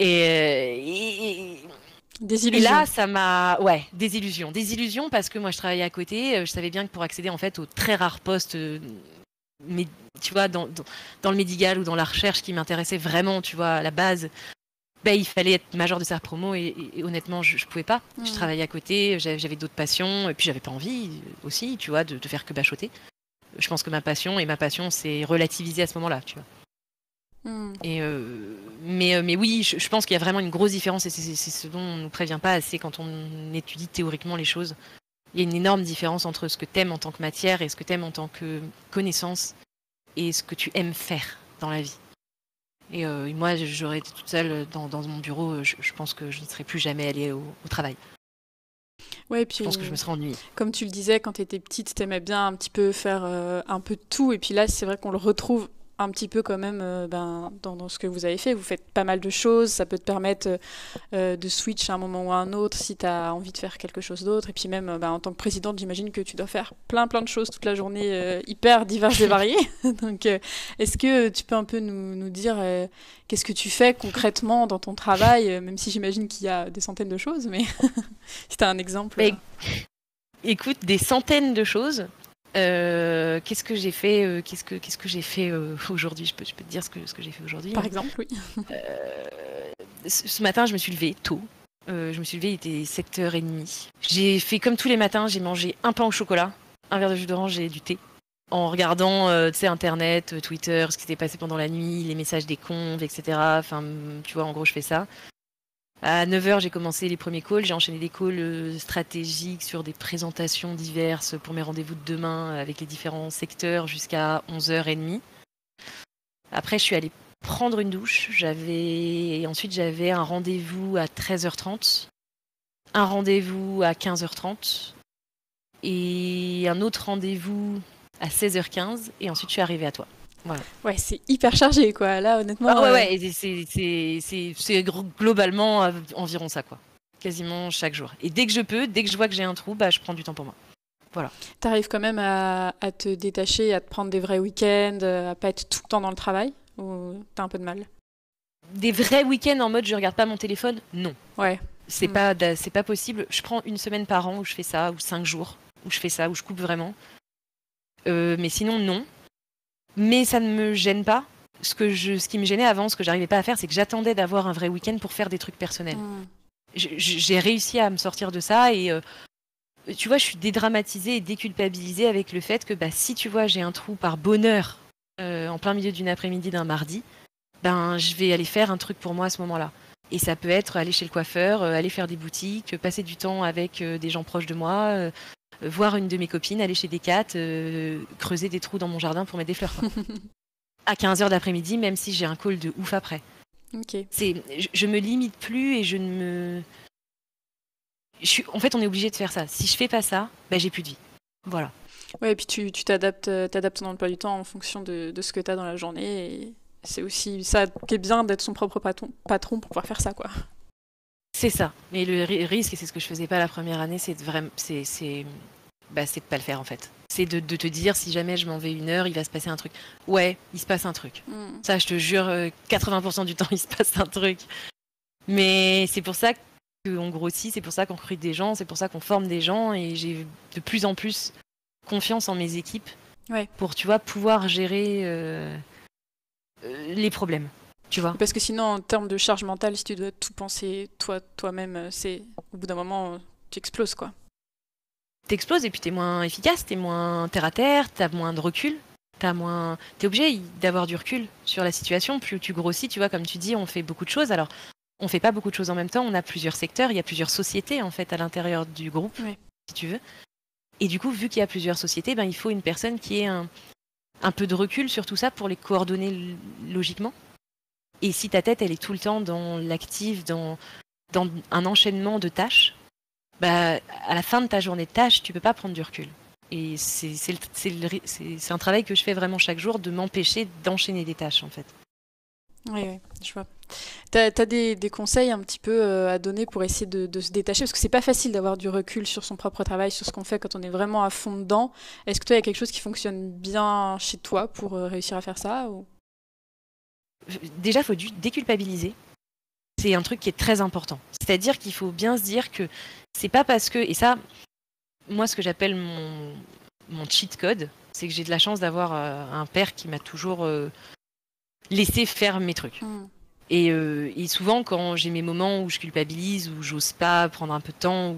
Et Des illusions. là, ça m'a... Ouais, des illusions parce que moi, je travaillais à côté. Je savais bien que pour accéder en fait aux très rares postes, mais tu vois, dans le médical ou dans la recherche qui m'intéressait vraiment, tu vois, à la base, ben, il fallait être major de sa promo et honnêtement, je pouvais pas. Je travaillais à côté, j'avais d'autres passions et puis j'avais pas envie aussi, tu vois, de faire que bachoter. Je pense que ma passion c'est relativisé à ce moment-là, tu vois. Et mais oui, je pense qu'il y a vraiment une grosse différence et c'est ce dont on ne nous prévient pas assez quand on étudie théoriquement les choses. Il y a une énorme différence entre ce que t'aimes en tant que matière et ce que t'aimes en tant que connaissance et ce que tu aimes faire dans la vie. Et moi, j'aurais été toute seule dans mon bureau, je pense que je ne serais plus jamais allée au travail. Ouais, puis, je pense que je me serais ennuyée. Comme tu le disais, quand tu étais petite, tu aimais bien un petit peu faire un peu de tout. Et puis là, c'est vrai qu'on le retrouve un petit peu quand même dans ce que vous avez fait. Vous faites pas mal de choses. Ça peut te permettre de switch à un moment ou à un autre si tu as envie de faire quelque chose d'autre. Et puis même en tant que présidente, j'imagine que tu dois faire plein de choses toute la journée hyper diverses et variées. Donc est-ce que tu peux un peu nous dire qu'est-ce que tu fais concrètement dans ton travail, même si j'imagine qu'il y a des centaines de choses, mais si tu as un exemple. Écoute, des centaines de choses. Qu'est-ce que j'ai fait j'ai fait aujourd'hui? Je peux te dire ce que j'ai fait aujourd'hui. Par exemple, oui. Ce matin, je me suis levée tôt. Je me suis levée, il était 7h30. J'ai fait comme tous les matins, j'ai mangé un pain au chocolat, un verre de jus d'orange et du thé. En regardant Internet, Twitter, ce qui s'était passé pendant la nuit, les messages des conves, etc. Enfin, tu vois, en gros, je fais ça. À 9h, j'ai commencé les premiers calls. J'ai enchaîné des calls stratégiques sur des présentations diverses pour mes rendez-vous de demain avec les différents secteurs jusqu'à 11h30. Après, je suis allée prendre une douche. Ensuite, j'avais un rendez-vous à 13h30, un rendez-vous à 15h30 et un autre rendez-vous à 16h15. Et ensuite, je suis arrivée à toi. Voilà. Ouais, c'est hyper chargé, quoi. Là, honnêtement. Ouais, c'est globalement environ ça, quoi. Quasiment chaque jour. Et dès que je vois que j'ai un trou, je prends du temps pour moi. Voilà. T'arrives quand même à te détacher, à te prendre des vrais week-ends, à pas être tout le temps dans le travail, ou t'as un peu de mal? Des vrais week-ends en mode je regarde pas mon téléphone? Non. Ouais. C'est pas possible. Je prends une semaine par an où je fais ça, ou 5 jours où je fais ça, où je coupe vraiment. Mais sinon, non. Mais ça ne me gêne pas. Ce qui me gênait avant, ce que j'arrivais pas à faire, c'est que j'attendais d'avoir un vrai week-end pour faire des trucs personnels. J'ai réussi à me sortir de ça et tu vois, je suis dédramatisée et déculpabilisée avec le fait que si tu vois, j'ai un trou par bonheur en plein milieu d'une après-midi d'un mardi, je vais aller faire un truc pour moi à ce moment-là. Et ça peut être aller chez le coiffeur, aller faire des boutiques, passer du temps avec des gens proches de moi, voir une de mes copines, aller chez Decat, creuser des trous dans mon jardin pour mettre des fleurs. À 15h d'après-midi, même si j'ai un call de ouf après. Ok. Je me limite plus et je ne me... En fait, on est obligé de faire ça. Si je fais pas ça, j'ai plus de vie. Voilà. Ouais, et puis tu t'adaptes ton emploi du temps en fonction de ce que tu as dans la journée. Et c'est aussi ça qui est bien d'être son propre patron pour pouvoir faire ça, quoi. C'est ça. Mais le risque, et c'est ce que je faisais pas la première année, c'est de pas le faire en fait. C'est de te dire, si jamais je m'en vais 1 heure, il va se passer un truc. Ouais, il se passe un truc. Ça, je te jure, 80% du temps, il se passe un truc. Mais c'est pour ça qu'on grossit, c'est pour ça qu'on recrute des gens, c'est pour ça qu'on forme des gens, et j'ai de plus en plus confiance en mes équipes pour, tu vois, pouvoir gérer les problèmes. Tu vois. Parce que sinon, en termes de charge mentale, si tu dois tout penser toi-même, c'est au bout d'un moment, tu exploses, quoi. T'exploses et puis t'es moins efficace, t'es moins terre à terre, t'as moins de recul, t'es obligé d'avoir du recul sur la situation. Plus tu grossis, tu vois, comme tu dis, on fait beaucoup de choses. Alors, on fait pas beaucoup de choses en même temps. On a plusieurs secteurs, il y a plusieurs sociétés en fait à l'intérieur du groupe, si tu veux. Et du coup, vu qu'il y a plusieurs sociétés, il faut une personne qui ait un peu de recul sur tout ça pour les coordonner logiquement. Et si ta tête, elle est tout le temps dans l'actif, dans un enchaînement de tâches, à la fin de ta journée de tâches, tu peux pas prendre du recul. Et c'est un travail que je fais vraiment chaque jour, de m'empêcher d'enchaîner des tâches, en fait. Oui, je vois. T'as des conseils un petit peu à donner pour essayer de se détacher, parce que c'est pas facile d'avoir du recul sur son propre travail, sur ce qu'on fait quand on est vraiment à fond dedans. Est-ce que toi, il y a quelque chose qui fonctionne bien chez toi pour réussir à faire ça ou... Déjà, il faut déculpabiliser. C'est un truc qui est très important. C'est-à-dire qu'il faut bien se dire que c'est pas parce que... Et ça, moi, ce que j'appelle mon cheat code, c'est que j'ai de la chance d'avoir un père qui m'a toujours laissé faire mes trucs. Et souvent, quand j'ai mes moments où je culpabilise, où j'ose pas prendre un peu de temps,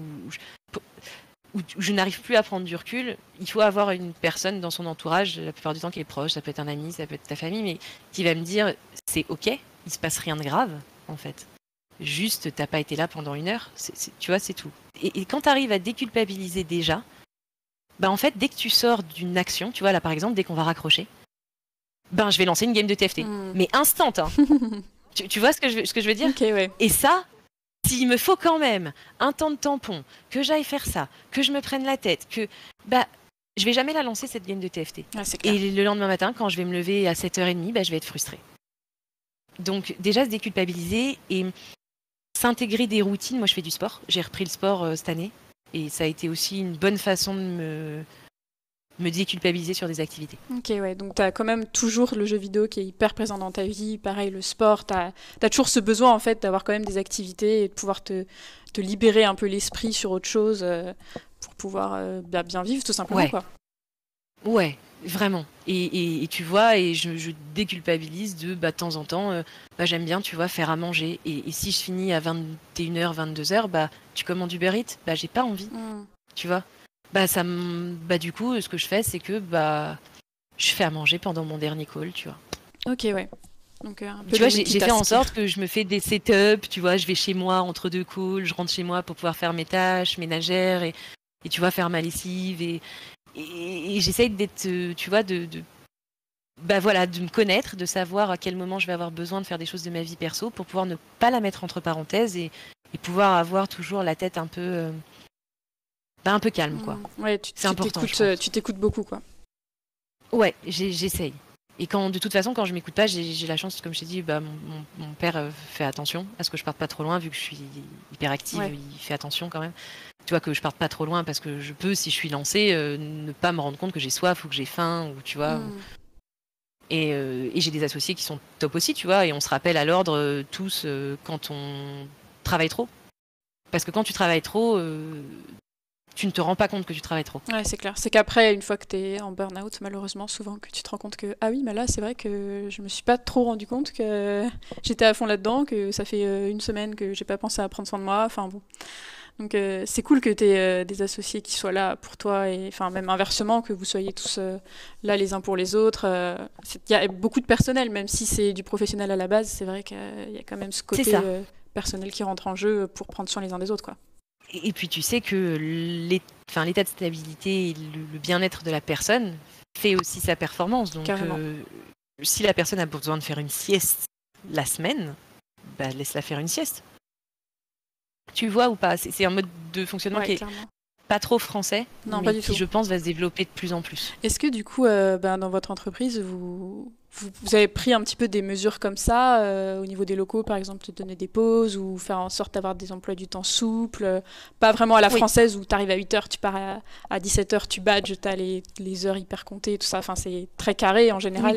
où je n'arrive plus à prendre du recul, il faut avoir une personne dans son entourage, la plupart du temps qui est proche, ça peut être un ami, ça peut être ta famille, mais qui va me dire, c'est ok, il se passe rien de grave, en fait. Juste, t'as pas été là pendant 1 heure, tu vois, c'est tout. Et quand t'arrives à déculpabiliser déjà, en fait, dès que tu sors d'une action, tu vois, là par exemple, dès qu'on va raccrocher, je vais lancer une game de TFT. Mais instant, hein. tu vois ce que je veux dire? Okay, ouais. Et ça, s'il me faut quand même un temps de tampon, que j'aille faire ça, que je me prenne la tête, que je vais jamais la lancer cette game de TFT. Ouais, c'est clair. Et le lendemain matin, quand je vais me lever à 7h30, je vais être frustrée. Donc déjà se déculpabiliser et s'intégrer des routines. Moi je fais du sport, j'ai repris le sport cette année et ça a été aussi une bonne façon de me déculpabiliser sur des activités. Ok, ouais, donc t'as quand même toujours le jeu vidéo qui est hyper présent dans ta vie, pareil le sport, t'as toujours ce besoin en fait d'avoir quand même des activités et de pouvoir te libérer un peu l'esprit sur autre chose pour pouvoir bien vivre tout simplement, quoi. Ouais, vraiment. Et tu vois, et je déculpabilise de temps en temps, j'aime bien, tu vois, faire à manger. Et si je finis à 21h, 22h, tu commandes Uber Eats, j'ai pas envie, tu vois. Du coup, ce que je fais, c'est que je fais à manger pendant mon dernier call, tu vois. Ok, ouais. Donc, un peu tu vois, j'ai fait en sorte que je me fais des setups, tu vois, je vais chez moi entre 2 calls, je rentre chez moi pour pouvoir faire mes tâches ménagères et tu vois, faire ma lessive et j'essaye d'être, tu vois, de me connaître, de savoir à quel moment je vais avoir besoin de faire des choses de ma vie perso pour pouvoir ne pas la mettre entre parenthèses et pouvoir avoir toujours la tête un peu calme, quoi. Ouais, c'est important. Tu t'écoutes beaucoup, quoi. Ouais, j'essaye. Et de toute façon, quand je m'écoute pas, j'ai la chance, comme je t'ai dit, mon père fait attention à ce que je parte pas trop loin, vu que je suis hyper active, il fait attention quand même. Tu vois, que je parte pas trop loin parce que je peux, si je suis lancée, ne pas me rendre compte que j'ai soif ou que j'ai faim, ou tu vois. Et j'ai des associés qui sont top aussi, tu vois, et on se rappelle à l'ordre tous quand on travaille trop. Parce que quand tu travailles trop, tu ne te rends pas compte que tu travailles trop. Ouais, c'est clair. C'est qu'après, une fois que tu es en burn-out, malheureusement, souvent, que tu te rends compte que, ah oui, mais là, c'est vrai que je me suis pas trop rendu compte que j'étais à fond là-dedans, que ça fait 1 semaine que j'ai pas pensé à prendre soin de moi. Enfin bon. Donc, c'est cool que tu aies des associés qui soient là pour toi, et enfin, même inversement, que vous soyez tous là les uns pour les autres. Il y a beaucoup de personnel, même si c'est du professionnel à la base, c'est vrai qu'il y a quand même ce côté personnel qui rentre en jeu pour prendre soin les uns des autres, quoi. Et puis tu sais que l'état de stabilité et le bien-être de la personne fait aussi sa performance. Donc si la personne a besoin de faire une sieste la semaine, laisse-la faire une sieste. Tu vois ou pas? C'est un mode de fonctionnement qui est pas trop français, non, mais pas du qui, tout. je pense, va se développer de plus en plus. Est-ce que du coup, dans votre entreprise, vous avez pris un petit peu des mesures comme ça au niveau des locaux, par exemple, te donner des pauses ou faire en sorte d'avoir des emplois du temps souples, pas vraiment à la française où tu arrives à 8h, tu pars à 17h, tu badges, tu as les heures hyper comptées, tout ça. Enfin, c'est très carré en général. Oui.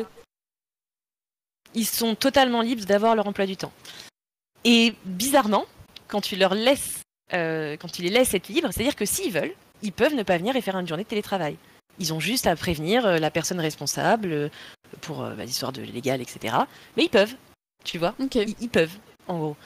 Ils sont totalement libres d'avoir leur emploi du temps. Et bizarrement, quand tu les laisses être libres, c'est-à-dire que s'ils veulent, ils peuvent ne pas venir et faire une journée de télétravail. Ils ont juste à prévenir la personne responsable pour l'histoire de légal, etc. Mais ils peuvent, tu vois. Okay. Ils peuvent, en gros.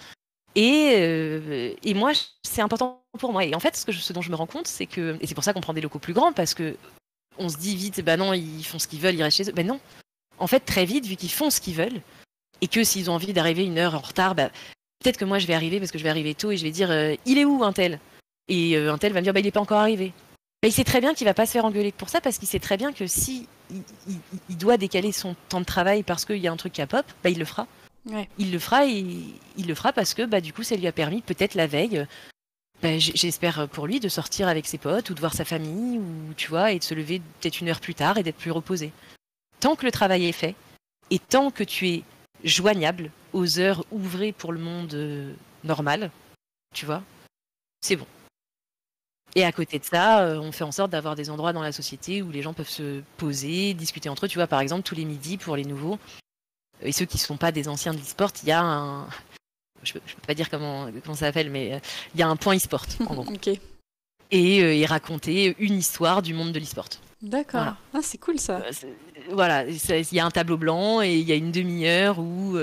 Et moi, c'est important pour moi. Et en fait, ce dont je me rends compte, c'est que... Et c'est pour ça qu'on prend des locaux plus grands, parce que on se dit vite, non, ils font ce qu'ils veulent, ils restent chez eux. Ben non. En fait, très vite, vu qu'ils font ce qu'ils veulent, et que s'ils ont envie d'arriver 1 heure en retard, peut-être que moi, je vais arriver, parce que je vais arriver tôt, et je vais dire, il est où un tel ? Et un tel va me dire, il n'est pas encore arrivé. Il sait très bien qu'il va pas se faire engueuler pour ça, parce qu'il sait très bien que si il doit décaler son temps de travail parce qu'il y a un truc qui a pop, il le fera. Ouais. Il le fera parce que du coup ça lui a permis peut-être la veille, j'espère pour lui, de sortir avec ses potes ou de voir sa famille ou tu vois, et de se lever peut-être 1 heure plus tard et d'être plus reposé. Tant que le travail est fait et tant que tu es joignable aux heures ouvrées pour le monde normal, tu vois, c'est bon. Et à côté de ça, on fait en sorte d'avoir des endroits dans la société où les gens peuvent se poser, discuter entre eux. Tu vois, par exemple, tous les midis, pour les nouveaux, et ceux qui ne sont pas des anciens de l'e-sport, il y a un... Je ne peux pas dire comment ça s'appelle, mais il y a un point e-sport, en gros. Okay. Et raconter une histoire du monde de l'e-sport. D'accord. Voilà. Ah, c'est cool, ça. Voilà, il y a un tableau blanc et il y a une demi-heure où...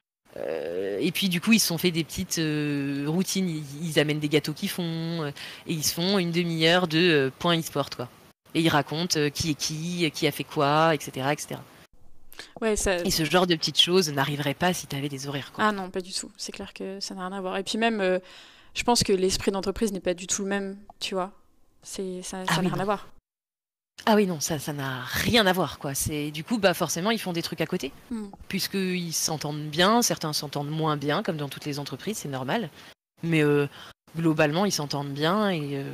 et puis du coup ils se sont fait des petites routines, ils amènent des gâteaux qu'ils font et ils se font une demi-heure de point e-sport quoi. Et ils racontent qui est qui a fait quoi, etc. Ouais, ça... Et ce genre de petites choses n'arriverait pas si tu avais des horaires quoi. Ah non, pas du tout, c'est clair que ça n'a rien à voir. Et puis même, je pense que l'esprit d'entreprise n'est pas du tout le même, tu vois. Ça n'a rien à voir. Ah oui, non, ça n'a rien à voir, quoi. Du coup, forcément, ils font des trucs à côté, puisqu'ils s'entendent bien, certains s'entendent moins bien, comme dans toutes les entreprises, c'est normal. Mais globalement, ils s'entendent bien et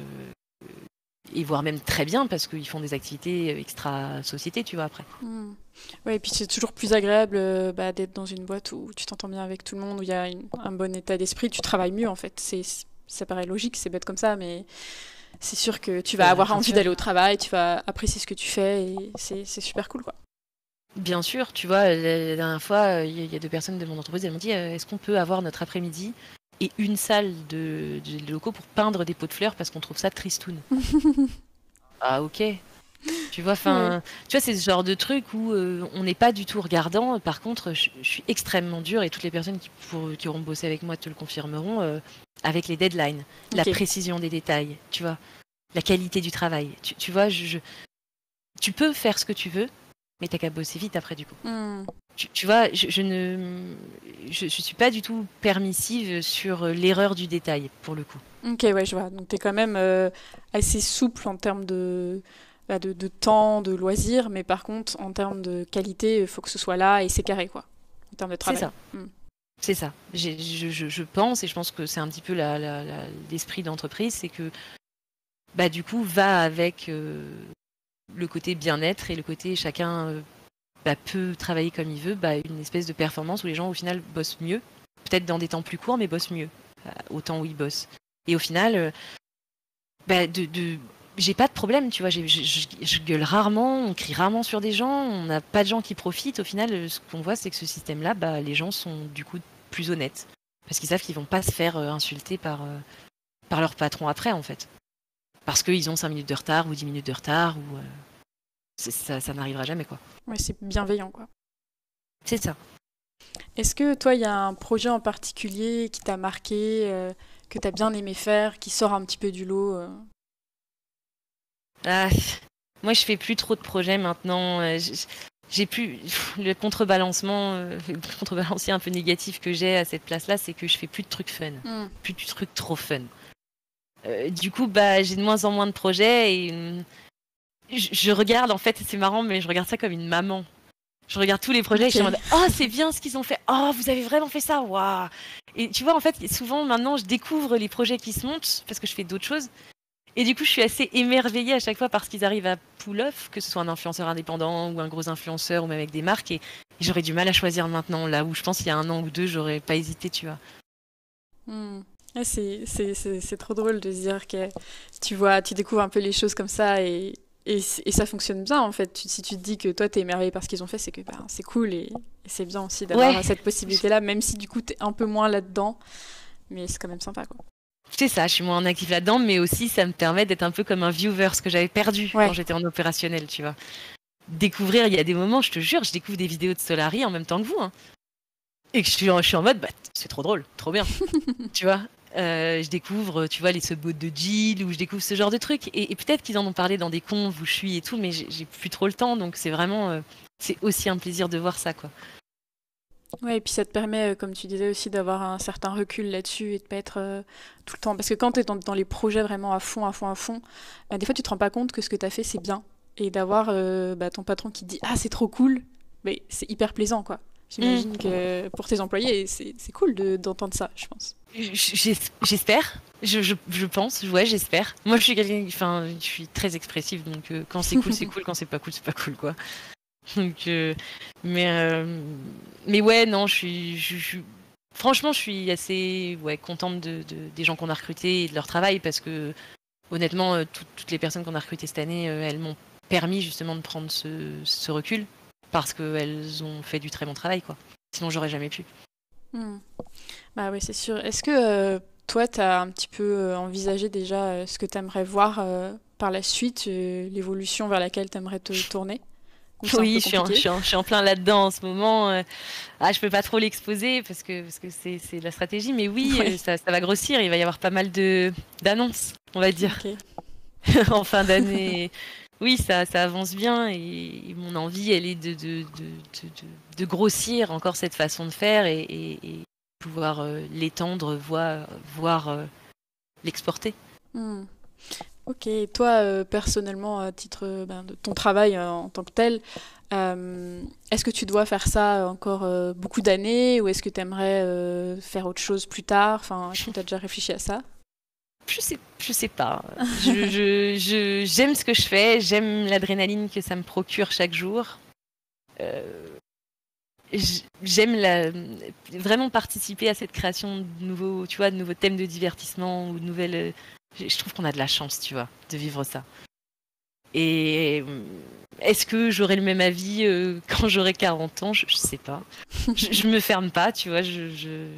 voire même très bien, parce qu'ils font des activités extra-société, tu vois, après. Ouais, et puis c'est toujours plus agréable d'être dans une boîte où tu t'entends bien avec tout le monde, où il y a un bon état d'esprit, tu travailles mieux, en fait. Ça paraît logique, c'est bête comme ça, mais... C'est sûr que tu vas avoir envie d'aller au travail, tu vas apprécier ce que tu fais et c'est super cool, quoi. Bien sûr, tu vois, la dernière fois, il y a 2 personnes de mon entreprise, elles m'ont dit est-ce qu'on peut avoir notre après-midi et une salle de locaux pour peindre des pots de fleurs parce qu'on trouve ça tristoun. Ah ok. Tu vois, tu vois, c'est ce genre de truc où on n'est pas du tout regardant. Par contre, je suis extrêmement dure et toutes les personnes qui auront bossé avec moi te le confirmeront, avec les deadlines, la précision des détails, tu vois, la qualité du travail. Tu vois, tu peux faire ce que tu veux, mais t'as qu'à bosser vite après du coup. Tu vois, je suis pas du tout permissive sur l'erreur du détail pour le coup. Ok, ouais, je vois. Donc t'es quand même assez souple en termes de temps, de loisirs, mais par contre, en termes de qualité, il faut que ce soit là et c'est carré, quoi. En termes de travail. C'est ça. C'est ça. Je pense, et je pense que c'est un petit peu l'esprit d'entreprise, c'est que du coup, va avec le côté bien-être et le côté chacun peut travailler comme il veut, une espèce de performance où les gens, au final, bossent mieux. Peut-être dans des temps plus courts, mais bossent mieux, au temps où ils bossent. Et au final, j'ai pas de problème, tu vois, je gueule rarement, on crie rarement sur des gens, on n'a pas de gens qui profitent. Au final, ce qu'on voit, c'est que ce système-là, les gens sont du coup plus honnêtes. Parce qu'ils savent qu'ils vont pas se faire insulter par leur patron après, en fait. Parce qu'ils ont 5 minutes de retard ou 10 minutes de retard, ou ça n'arrivera jamais, quoi. Ouais, c'est bienveillant, quoi. C'est ça. Est-ce que toi, il y a un projet en particulier qui t'a marqué, que t'as bien aimé faire, qui sort un petit peu du lot Moi, je fais plus trop de projets maintenant. J'ai plus le contrebalancier un peu négatif que j'ai à cette place-là, c'est que je fais plus de trucs fun, plus de trucs trop fun. Du coup, j'ai de moins en moins de projets et je regarde, en fait, c'est marrant, mais je regarde ça comme une maman. Je regarde tous les projets et je suis en mode oh, c'est bien ce qu'ils ont fait. Oh, vous avez vraiment fait ça. Waouh. Et tu vois, en fait, souvent maintenant, je découvre les projets qui se montent parce que je fais d'autres choses. Et du coup, je suis assez émerveillée à chaque fois parce qu'ils arrivent à pull off, que ce soit un influenceur indépendant ou un gros influenceur ou même avec des marques. Et j'aurais du mal à choisir maintenant, là où je pense qu'il y a 1 an ou 2, j'aurais pas hésité, tu vois. Ah, c'est trop drôle de se dire que tu vois, tu découvres un peu les choses comme ça et ça fonctionne bien en fait. Si tu te dis que toi t'es émerveillé par ce qu'ils ont fait, c'est que c'est cool et c'est bien aussi d'avoir cette possibilité-là, même si du coup t'es un peu moins là-dedans, mais c'est quand même sympa quoi. C'est ça, je suis moins active là-dedans, mais aussi ça me permet d'être un peu comme un viewer, ce que j'avais perdu quand j'étais en opérationnel, tu vois. Découvrir, il y a des moments, je te jure, je découvre des vidéos de Solari en même temps que vous, hein. Et que je suis en mode, c'est trop drôle, trop bien, tu vois. Je découvre, tu vois, les subbots de Jill, ou je découvre ce genre de trucs. Et peut-être qu'ils en ont parlé dans des conves où je suis et tout, mais j'ai plus trop le temps, donc c'est vraiment, c'est aussi un plaisir de voir ça, quoi. Ouais, et puis ça te permet, comme tu disais aussi, d'avoir un certain recul là-dessus et de pas être tout le temps. Parce que quand tu es dans les projets vraiment à fond, des fois tu te rends pas compte que ce que tu as fait c'est bien. Et d'avoir ton patron qui te dit ah c'est trop cool, mais c'est hyper plaisant quoi. J'imagine que pour tes employés c'est cool d'entendre ça, je pense. J'espère, je pense, ouais j'espère. Moi je suis très expressive donc quand c'est cool, quand c'est pas cool quoi. Donc, mais ouais, non, franchement, je suis assez contente des gens qu'on a recrutés et de leur travail parce que, honnêtement, toutes les personnes qu'on a recrutées cette année, elles m'ont permis justement de prendre ce recul parce qu'elles ont fait du très bon travail, quoi. Sinon, j'aurais jamais pu. Bah oui, c'est sûr. Est-ce que toi, tu as un petit peu envisagé déjà ce que tu aimerais voir par la suite, l'évolution vers laquelle tu aimerais te tourner? Oui, je suis en plein là-dedans en ce moment. Je peux pas trop l'exposer parce que c'est de la stratégie, mais oui, ça va grossir. Il va y avoir pas mal d'annonces, on va dire, en fin d'année. Oui, ça avance bien et mon envie, elle est de grossir encore cette façon de faire et pouvoir l'étendre, voire l'exporter. Ok, et toi, personnellement, à titre de ton travail en tant que tel, est-ce que tu dois faire ça encore beaucoup d'années ou est-ce que tu aimerais faire autre chose plus tard? Enfin, est-ce que tu as déjà réfléchi à ça? Je sais pas. J'aime ce que je fais, j'aime l'adrénaline que ça me procure chaque jour. J'aime vraiment participer à cette création de nouveaux thèmes de divertissement ou de nouvelles. Je trouve qu'on a de la chance, tu vois, de vivre ça. Et est-ce que j'aurai le même avis quand j'aurai 40 ans? Je sais pas. Je me ferme pas, tu vois. Je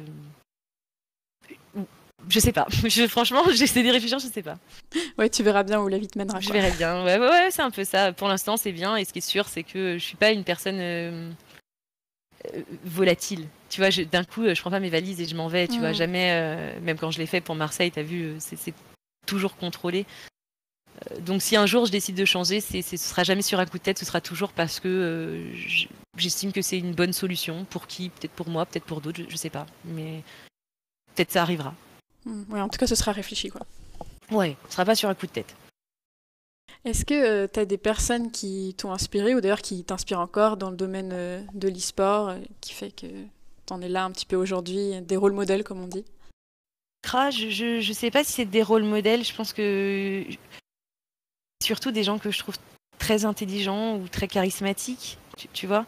sais pas. Franchement, j'essaie de réfléchir, je sais pas. Ouais, tu verras bien où la vie te mènera. Je verrai bien. Ouais, c'est un peu ça. Pour l'instant, c'est bien. Et ce qui est sûr, c'est que je suis pas une personne volatile. Tu vois, d'un coup, je prends pas mes valises et je m'en vais. Tu vois, jamais. Même quand je l'ai fait pour Marseille, t'as vu, c'est toujours contrôlé. Donc, si un jour je décide de changer, ce sera jamais sur un coup de tête. Ce sera toujours parce que j'estime que c'est une bonne solution. Pour qui? Peut-être pour moi, peut-être pour d'autres. Je sais pas. Mais peut-être ça arrivera. Ouais, en tout cas, ce sera réfléchi, quoi. Ouais, ce sera pas sur un coup de tête. Est-ce que tu as des personnes qui t'ont inspiré ou d'ailleurs qui t'inspirent encore dans le domaine de l'e-sport qui fait que t'en es là un petit peu aujourd'hui, des rôles modèles comme on dit? Je sais pas si c'est des rôles modèles, je pense que surtout des gens que je trouve très intelligents ou très charismatiques, tu vois.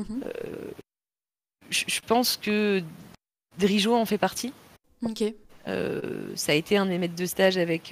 Je pense que Drijo en fait partie. Ok. Ça a été un des maîtres de stage avec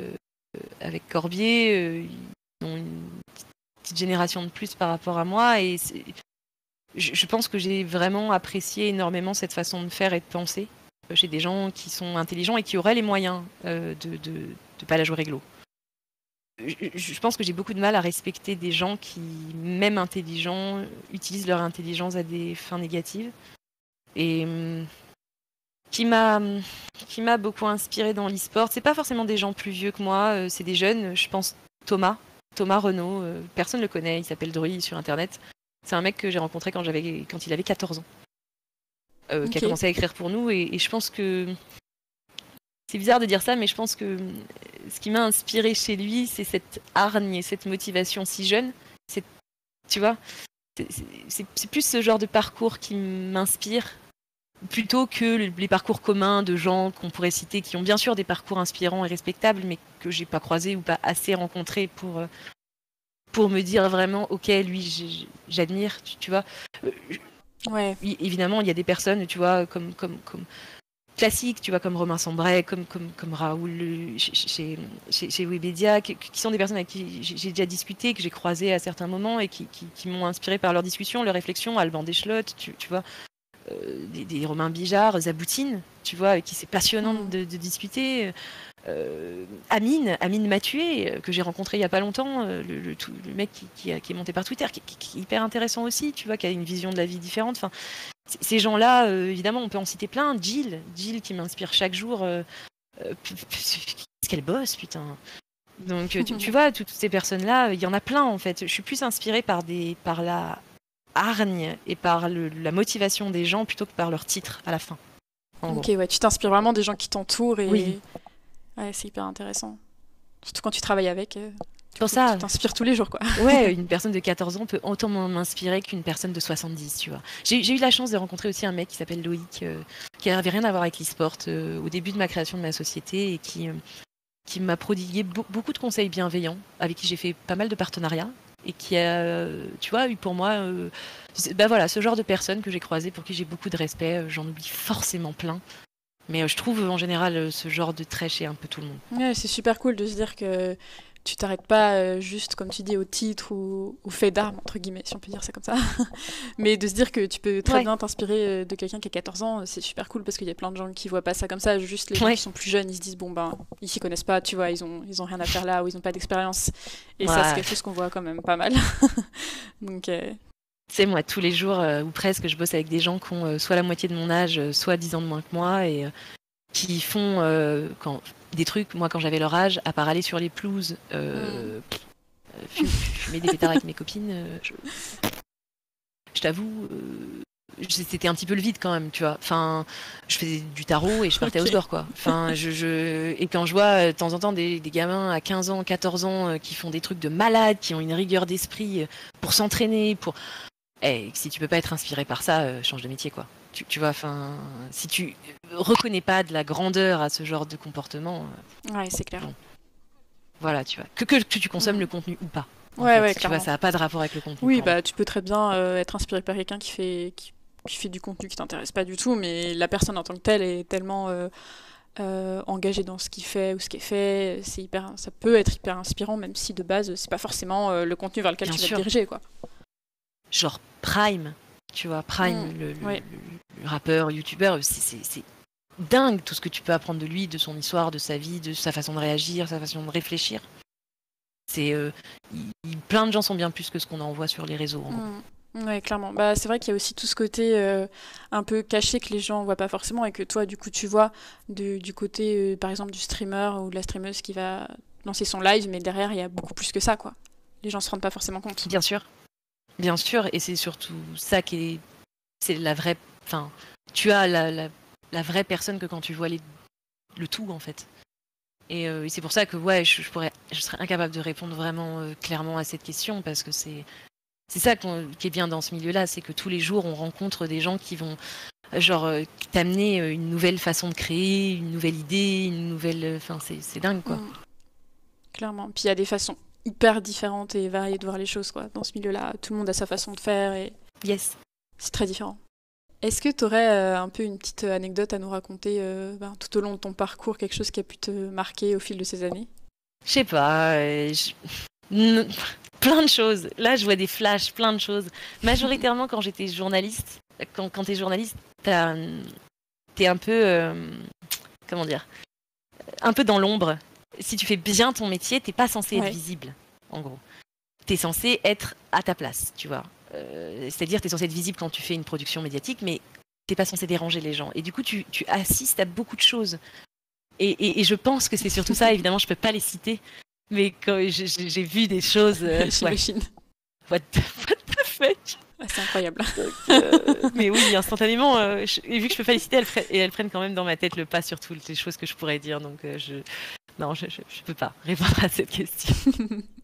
Corbier. Ils ont une petite génération de plus par rapport à moi et je pense que j'ai vraiment apprécié énormément cette façon de faire et de penser chez des gens qui sont intelligents et qui auraient les moyens de pas la jouer réglo. Je pense que j'ai beaucoup de mal à respecter des gens qui, même intelligents, utilisent leur intelligence à des fins négatives. Et qui m'a beaucoup inspiré dans l'e-sport. C'est pas forcément des gens plus vieux que moi, c'est des jeunes. Je pense Thomas Renaud, personne le connaît, il s'appelle Druy sur internet. C'est un mec que j'ai rencontré quand il avait 14 ans. Qui a commencé à écrire pour nous et je pense que c'est bizarre de dire ça, mais je pense que ce qui m'a inspiré chez lui, c'est cette hargne et cette motivation si jeune. Tu vois, c'est plus ce genre de parcours qui m'inspire plutôt que les parcours communs de gens qu'on pourrait citer, qui ont bien sûr des parcours inspirants et respectables, mais que j'ai pas croisés ou pas assez rencontrés pour me dire vraiment, ok, lui, j'admire, tu vois. Ouais. Évidemment, il y a des personnes, tu vois, comme classiques, tu vois, comme Romain Sambray, comme Raoul chez Webedia, qui sont des personnes avec qui j'ai déjà discuté, que j'ai croisées à certains moments et qui m'ont inspiré par leurs discussions, leurs réflexions. Alban Deschlottes, tu vois, des Romain Bijard, Zaboutine, tu vois, avec qui c'est passionnant de discuter. Amine Mathieu, que j'ai rencontré il y a pas longtemps, le mec qui est monté par Twitter, qui est hyper intéressant aussi, tu vois, qui a une vision de la vie différente. Enfin, ces gens-là, évidemment, on peut en citer plein. Jill qui m'inspire chaque jour. Qu'est-ce qu'elle bosse, putain. Donc, tu vois, toutes ces personnes-là, il y en a plein en fait. Je suis plus inspirée par la hargne et par la motivation des gens plutôt que par leur titre à la fin. Ok, ouais, tu t'inspires vraiment des gens qui t'entourent et oui. Ouais, c'est hyper intéressant. Surtout quand tu travailles avec. Pour ça, tu t'inspires tous les jours, quoi. Ouais, une personne de 14 ans peut autant m'inspirer qu'une personne de 70, tu vois. J'ai eu la chance de rencontrer aussi un mec qui s'appelle Loïc, qui n'avait rien à voir avec l'e-sport au début de ma création de ma société et qui m'a prodigué beaucoup de conseils bienveillants, avec qui j'ai fait pas mal de partenariats et qui a, tu vois, eu pour moi, voilà, ce genre de personnes que j'ai croisées, pour qui j'ai beaucoup de respect. J'en oublie forcément plein. Mais je trouve en général ce genre de trait chez un peu tout le monde. Ouais, c'est super cool de se dire que tu t'arrêtes pas juste, comme tu dis, au titre ou au fait d'armes, entre guillemets, si on peut dire ça comme ça. Mais de se dire que tu peux très bien t'inspirer de quelqu'un qui a 14 ans, c'est super cool parce qu'il y a plein de gens qui voient pas ça comme ça. Juste les gens qui sont plus jeunes, ils se disent, bon ben, ils s'y connaissent pas, tu vois, ils ont rien à faire là ou ils ont pas d'expérience. Et ça, c'est quelque chose qu'on voit quand même pas mal. Donc... Tu sais, moi, tous les jours, ou presque, je bosse avec des gens qui ont soit la moitié de mon âge, soit 10 ans de moins que moi, et qui font des trucs, moi, quand j'avais leur âge, à part aller sur les pelouses, fumer des pétards avec mes copines, je t'avoue, c'était un petit peu le vide quand même, tu vois. Enfin, je faisais du tarot et je partais au score, quoi. Enfin, et quand je vois de temps en temps des gamins à 15 ans, 14 ans qui font des trucs de malades, qui ont une rigueur d'esprit pour s'entraîner, si tu peux pas être inspiré par ça, change de métier, quoi. Tu vois, enfin, si tu reconnais pas de la grandeur à ce genre de comportement, ouais, c'est clair. Bon. Voilà, tu vois, que tu consommes le contenu ou pas. Ouais, fait, clairement. Tu vois, ça a pas de rapport avec le contenu. Oui, bah tu peux très bien être inspiré par quelqu'un qui fait du contenu qui t'intéresse pas du tout, mais la personne en tant que telle est tellement engagée dans ce qu'il fait ou ce qui est fait, ça peut être hyper inspirant, même si de base c'est pas forcément le contenu vers lequel tu vas te diriger, quoi. Genre Prime, tu vois, Prime, le rappeur, youtubeur, c'est dingue tout ce que tu peux apprendre de lui, de son histoire, de sa vie, de sa façon de réagir, sa façon de réfléchir. Plein de gens sont bien plus que ce qu'on en voit sur les réseaux. Ouais, clairement. Bah, c'est vrai qu'il y a aussi tout ce côté un peu caché que les gens voient pas forcément et que toi, du coup, tu vois du côté, par exemple, du streamer ou de la streameuse qui va lancer son live, mais derrière, il y a beaucoup plus que ça, quoi. Les gens se rendent pas forcément compte. Bien sûr, et c'est surtout ça c'est la vraie. Enfin, tu as la vraie personne que quand tu vois le tout, en fait. Et c'est pour ça que je serais incapable de répondre vraiment clairement à cette question, parce que c'est ça qui est bien dans ce milieu-là, c'est que tous les jours on rencontre des gens qui vont t'amener une nouvelle façon de créer, une nouvelle idée, une nouvelle. Enfin, c'est dingue, quoi. Clairement. Puis il y a des façons hyper différentes et variées de voir les choses, quoi. Dans ce milieu-là, tout le monde a sa façon de faire et yes, c'est très différent. Est-ce que tu aurais un peu une petite anecdote à nous raconter tout au long de ton parcours, quelque chose qui a pu te marquer au fil de ces années ? Je sais pas, plein de choses. Là, je vois des flashs, plein de choses. Majoritairement, quand j'étais journaliste, quand t'es journaliste, t'es un peu, comment dire, un peu dans l'ombre. Si tu fais bien ton métier, t'es pas censé être visible, en gros. T'es censé être à ta place, tu vois. C'est-à-dire, t'es censé être visible quand tu fais une production médiatique, mais t'es pas censé déranger les gens. Et du coup, tu assistes à beaucoup de choses. Et je pense que c'est surtout ça, évidemment, je peux pas les citer, mais quand j'ai vu des choses... J'imagine. What the fuck. C'est incroyable. Donc, mais oui, instantanément, et vu que je peux pas les citer, elles prennent quand même dans ma tête le pas sur toutes les choses que je pourrais dire, donc non, je peux pas répondre à cette question.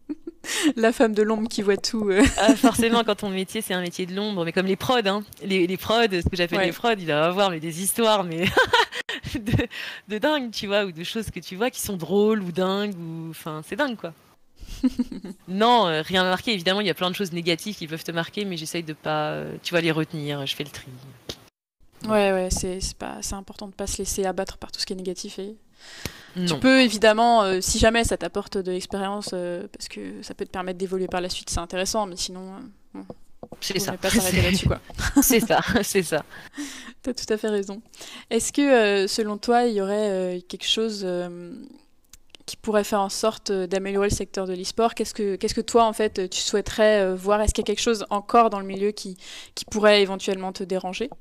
La femme de l'ombre qui voit tout. Ah, forcément, quand ton métier, c'est un métier de l'ombre, mais comme les prods, hein. Les prods, ce que j'appelle les prods, il doit avoir mais des histoires, mais de dingue, tu vois, ou de choses que tu vois qui sont drôles ou dingues, ou enfin, c'est dingue, quoi. Non, rien à marquer. Évidemment, il y a plein de choses négatives qui peuvent te marquer, mais j'essaye de pas, tu vois, les retenir. Je fais le tri. Ouais, c'est important de pas se laisser abattre par tout ce qui est négatif et Non. tu peux évidemment, si jamais ça t'apporte de l'expérience, parce que ça peut te permettre d'évoluer par la suite, c'est intéressant, mais sinon, bon, C'est ça. pas s'arrêter là-dessus, quoi. C'est ça, c'est ça. T'as tout à fait raison. Est-ce que, selon toi, il y aurait quelque chose qui pourrait faire en sorte d'améliorer le secteur de l'e-sport? Qu'est-ce que toi, en fait, tu souhaiterais voir? Est-ce qu'il y a quelque chose encore dans le milieu qui pourrait éventuellement te déranger?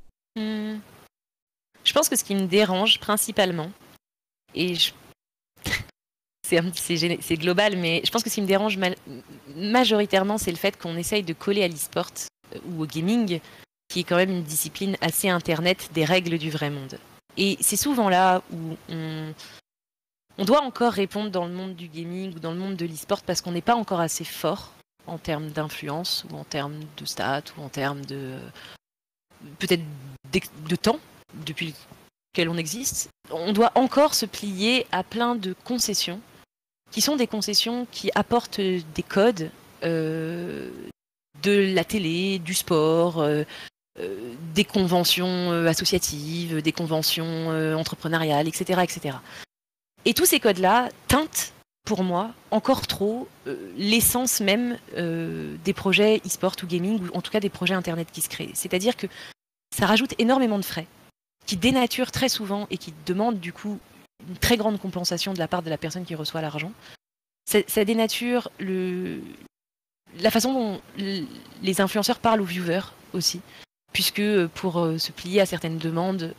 Je pense que ce qui me dérange principalement, et c'est global, mais je pense que ce qui me dérange majoritairement, c'est le fait qu'on essaye de coller à l'e-sport ou au gaming, qui est quand même une discipline assez internet des règles du vrai monde. Et c'est souvent là où on doit encore répondre dans le monde du gaming ou dans le monde de l'e-sport parce qu'on n'est pas encore assez fort en termes d'influence ou en termes de stats ou en termes de peut-être de temps depuis lequel on existe. On doit encore se plier à plein de concessions qui sont des concessions qui apportent des codes de la télé, du sport, des conventions associatives, des conventions entrepreneuriales, etc., etc. Et tous ces codes-là teintent, pour moi, encore trop l'essence même des projets e-sport ou gaming, ou en tout cas des projets Internet qui se créent. C'est-à-dire que ça rajoute énormément de frais, qui dénaturent très souvent et qui demandent du coup une très grande compensation de la part de la personne qui reçoit l'argent. Ça dénature la façon dont les influenceurs parlent aux viewers aussi, puisque pour se plier à certaines demandes,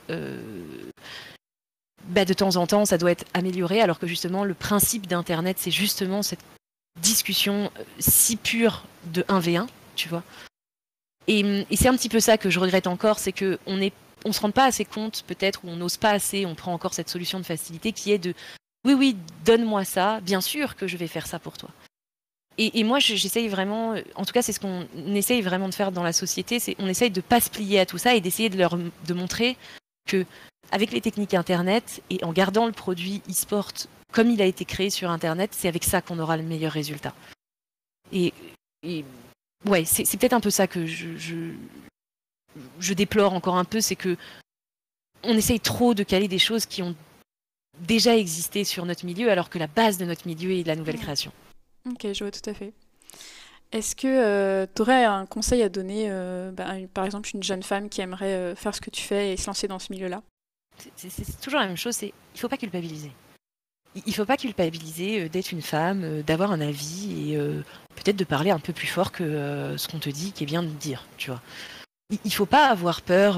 de temps en temps, ça doit être amélioré, alors que justement, le principe d'Internet, c'est justement cette discussion si pure de 1v1, tu vois. Et c'est un petit peu ça que je regrette encore, c'est qu'on se rend pas assez compte, peut-être, ou on n'ose pas assez, on prend encore cette solution de facilité qui est de oui, donne-moi ça, bien sûr que je vais faire ça pour toi. Et moi, j'essaye vraiment, en tout cas, c'est ce qu'on essaye vraiment de faire dans la société, c'est on essaye de pas se plier à tout ça et d'essayer de montrer que avec les techniques Internet et en gardant le produit e-sport comme il a été créé sur Internet, c'est avec ça qu'on aura le meilleur résultat. Et ouais, c'est peut-être un peu ça que je déplore encore un peu, c'est que on essaye trop de caler des choses qui ont déjà existé sur notre milieu, alors que la base de notre milieu est la nouvelle création. Ok, je vois tout à fait. Est-ce que tu aurais un conseil à donner, par exemple, une jeune femme qui aimerait faire ce que tu fais et se lancer dans ce milieu-là? C'est toujours la même chose, il ne faut pas culpabiliser. Il ne faut pas culpabiliser d'être une femme, d'avoir un avis et peut-être de parler un peu plus fort que ce qu'on te dit, qui est bien de dire, tu vois. Il ne faut pas avoir peur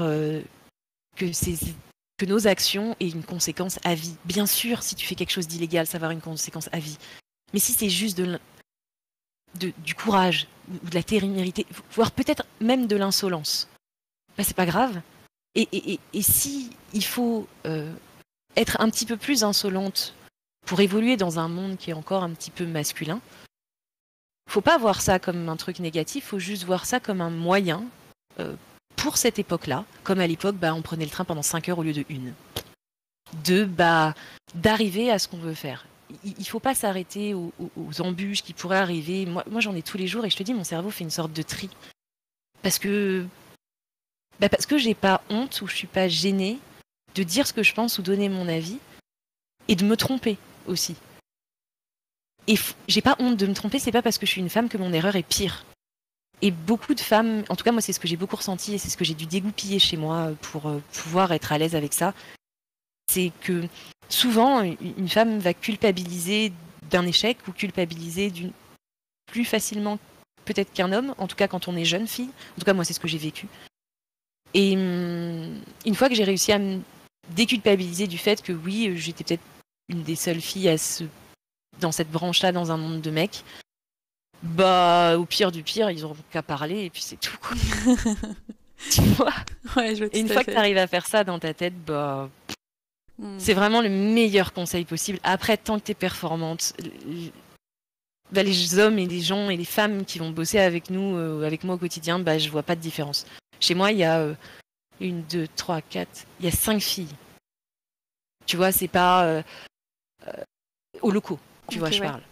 que nos actions aient une conséquence à vie. Bien sûr, si tu fais quelque chose d'illégal, ça va avoir une conséquence à vie. Mais si c'est juste du courage, ou de la témérité, voire peut-être même de l'insolence, c'est pas grave. Et si il faut être un petit peu plus insolente pour évoluer dans un monde qui est encore un petit peu masculin, faut pas voir ça comme un truc négatif, faut juste voir ça comme un moyen pour cette époque-là, comme à l'époque, on prenait le train pendant 5 heures au lieu de 1. D'arriver à ce qu'on veut faire. Il faut pas s'arrêter aux embûches qui pourraient arriver. Moi, j'en ai tous les jours et je te dis, mon cerveau fait une sorte de tri. Parce que j'ai pas honte ou je suis pas gênée de dire ce que je pense ou donner mon avis et de me tromper aussi. Et j'ai pas honte de me tromper, c'est pas parce que je suis une femme que mon erreur est pire. Et beaucoup de femmes, en tout cas moi c'est ce que j'ai beaucoup ressenti et c'est ce que j'ai dû dégoupiller chez moi pour pouvoir être à l'aise avec ça, c'est que souvent une femme va culpabiliser d'un échec ou culpabiliser plus facilement peut-être qu'un homme, en tout cas quand on est jeune fille, en tout cas moi c'est ce que j'ai vécu. Et une fois que j'ai réussi à me déculpabiliser du fait que oui, j'étais peut-être une des seules filles dans cette branche-là, dans un monde de mecs, au pire du pire, ils auront qu'à parler et puis c'est tout, quoi. Tu vois? Ouais, je vois tout et une à fois fait. que tu arrives à faire ça dans ta tête, c'est vraiment le meilleur conseil possible. Après, tant que tu es performante, les hommes et les gens et les femmes qui vont bosser avec nous, avec moi au quotidien, je vois pas de différence. Chez moi, il y a 1, 2, 3, 4, il y a 5 filles. Tu vois, c'est pas au locaux, tu vois, je parle.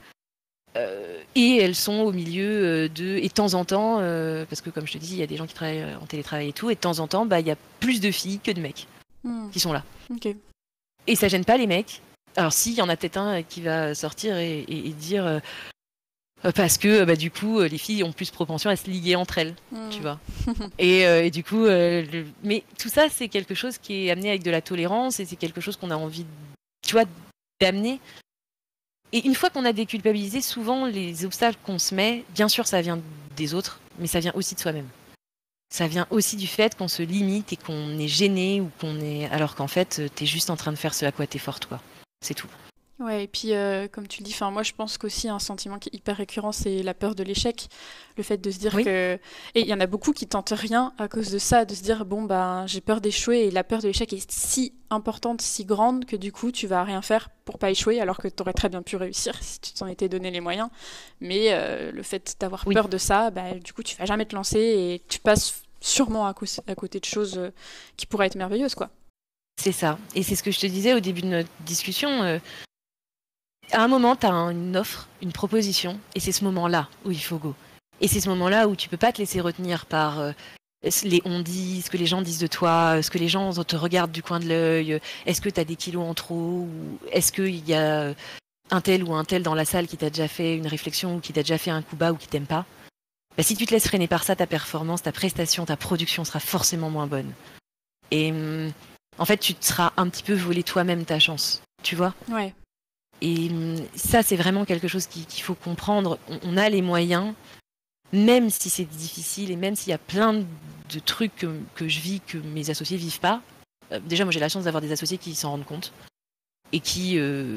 Et elles sont au milieu et de temps en temps, parce que comme je te dis, il y a des gens qui travaillent en télétravail et tout, et de temps en temps, il y a plus de filles que de mecs qui sont là. Okay. Et ça gêne pas les mecs. Alors si, il y en a peut-être un qui va sortir et dire parce que du coup, les filles ont plus propension à se liguer entre elles, tu vois. Et du coup, mais tout ça, c'est quelque chose qui est amené avec de la tolérance et c'est quelque chose qu'on a envie, tu vois, d'amener. Et une fois qu'on a déculpabilisé, souvent les obstacles qu'on se met, bien sûr ça vient des autres, mais ça vient aussi de soi-même. Ça vient aussi du fait qu'on se limite et qu'on est gêné ou qu'on est... Alors qu'en fait, t'es juste en train de faire ce à quoi t'es forte, quoi. C'est tout. Ouais, et puis comme tu le dis, moi je pense qu'aussi un sentiment qui est hyper récurrent, c'est la peur de l'échec. Le fait de se dire que... Et il y en a beaucoup qui tentent rien à cause de ça, de se dire, j'ai peur d'échouer, et la peur de l'échec est si importante, si grande, que du coup tu vas rien faire pour pas échouer, alors que t'aurais très bien pu réussir si tu t'en étais donné les moyens. Mais le fait d'avoir peur de ça, du coup tu vas jamais te lancer, et tu passes sûrement à côté de choses qui pourraient être merveilleuses, quoi. C'est ça. Et c'est ce que je te disais au début de notre discussion. À un moment, tu as une offre, une proposition, et c'est ce moment-là où il faut go. Et c'est ce moment-là où tu peux pas te laisser retenir par les on-dit, ce que les gens disent de toi, ce que les gens te regardent du coin de l'œil, est-ce que tu as des kilos en trop, ou est-ce qu'il y a un tel ou un tel dans la salle qui t'a déjà fait une réflexion, ou qui t'a déjà fait un coup bas, ou qui t'aime pas. Si tu te laisses freiner par ça, ta performance, ta prestation, ta production sera forcément moins bonne. Et en fait, tu te seras un petit peu volé toi-même ta chance, tu vois ? Ouais. Et ça, c'est vraiment quelque chose qu'il faut comprendre. On a les moyens, même si c'est difficile et même s'il y a plein de trucs que je vis, que mes associés vivent pas. Déjà, moi, j'ai la chance d'avoir des associés qui s'en rendent compte et qui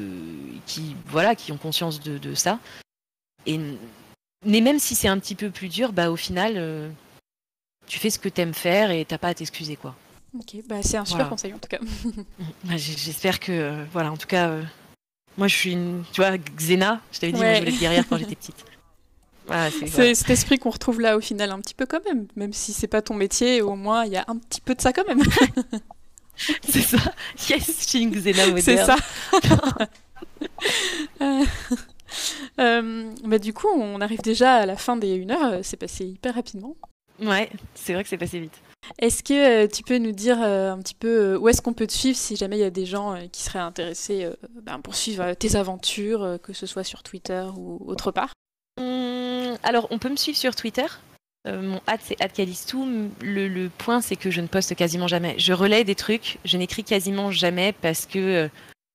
ont conscience de ça. Mais même si c'est un petit peu plus dur, au final, tu fais ce que t'aimes faire et t'as pas à t'excuser, quoi. Ok, c'est un super conseil en tout cas. J'espère que, en tout cas... Moi, je suis tu vois, Xena, je t'avais dit, moi, je voulais être guerrière quand j'étais petite. Voilà, c'est cet esprit qu'on retrouve là, au final, un petit peu quand même si c'est pas ton métier, au moins, il y a un petit peu de ça quand même. C'est ça. Yes, je suis une Xena moderne. C'est ça. Du coup, on arrive déjà à la fin des 1 heure, c'est passé hyper rapidement. Ouais, c'est vrai que c'est passé vite. Est-ce que tu peux nous dire un petit peu où est-ce qu'on peut te suivre si jamais il y a des gens qui seraient intéressés pour suivre tes aventures, que ce soit sur Twitter ou autre part ? Alors, on peut me suivre sur Twitter. Mon c'est @calistou. Le point, c'est que je ne poste quasiment jamais. Je relaie des trucs, je n'écris quasiment jamais parce que...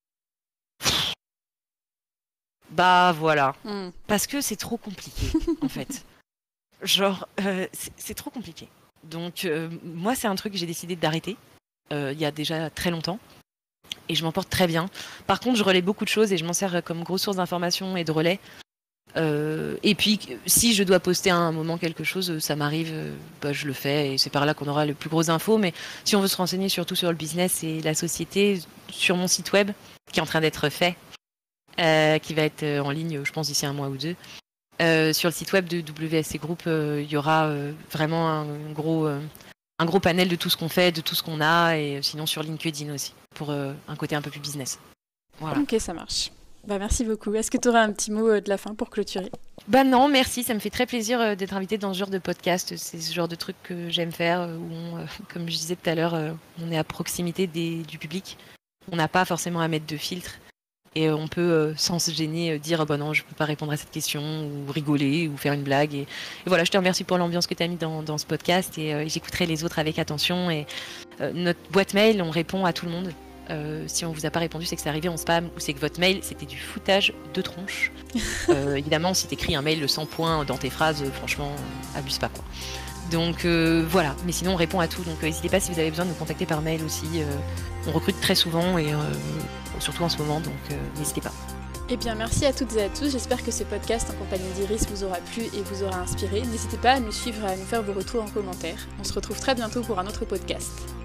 voilà. Parce que c'est trop compliqué, en fait. Genre, c'est trop compliqué. Donc, moi, c'est un truc que j'ai décidé d'arrêter il y a déjà très longtemps. Et je m'en porte très bien. Par contre, je relais beaucoup de choses et je m'en sers comme grosse source d'information et de relais. Et puis, si je dois poster à un moment quelque chose, ça m'arrive, je le fais. Et c'est par là qu'on aura les plus grosses infos. Mais si on veut se renseigner surtout sur le business et la société, sur mon site web, qui est en train d'être fait, qui va être en ligne, je pense, d'ici 1 mois ou 2, sur le site web de WSC Group, il y aura vraiment un gros panel de tout ce qu'on fait, de tout ce qu'on a, et sinon sur LinkedIn aussi, pour un côté un peu plus business. Voilà. Ok, ça marche. Merci beaucoup. Est-ce que tu aurais un petit mot de la fin pour clôturer ? Non, merci. Ça me fait très plaisir d'être invitée dans ce genre de podcast. C'est ce genre de truc que j'aime faire, où comme je disais tout à l'heure, on est à proximité du public. On n'a pas forcément à mettre de filtre. Et on peut, sans se gêner, dire non, je ne peux pas répondre à cette question, ou rigoler, ou faire une blague. Et voilà, je te remercie pour l'ambiance que tu as mis dans ce podcast. Et j'écouterai les autres avec attention. Et notre boîte mail, on répond à tout le monde. Si on vous a pas répondu, c'est que c'est arrivé en spam ou c'est que votre mail, c'était du foutage de tronche. Évidemment, si t'écris un mail 100 points dans tes phrases, franchement, abuse pas, quoi. Donc voilà, mais sinon on répond à tout. Donc n'hésitez pas si vous avez besoin de nous contacter par mail aussi. On recrute très souvent et surtout en ce moment, donc n'hésitez pas. Eh bien, merci à toutes et à tous. J'espère que ce podcast en compagnie d'Iris vous aura plu et vous aura inspiré. N'hésitez pas à nous suivre et à nous faire vos retours en commentaire. On se retrouve très bientôt pour un autre podcast.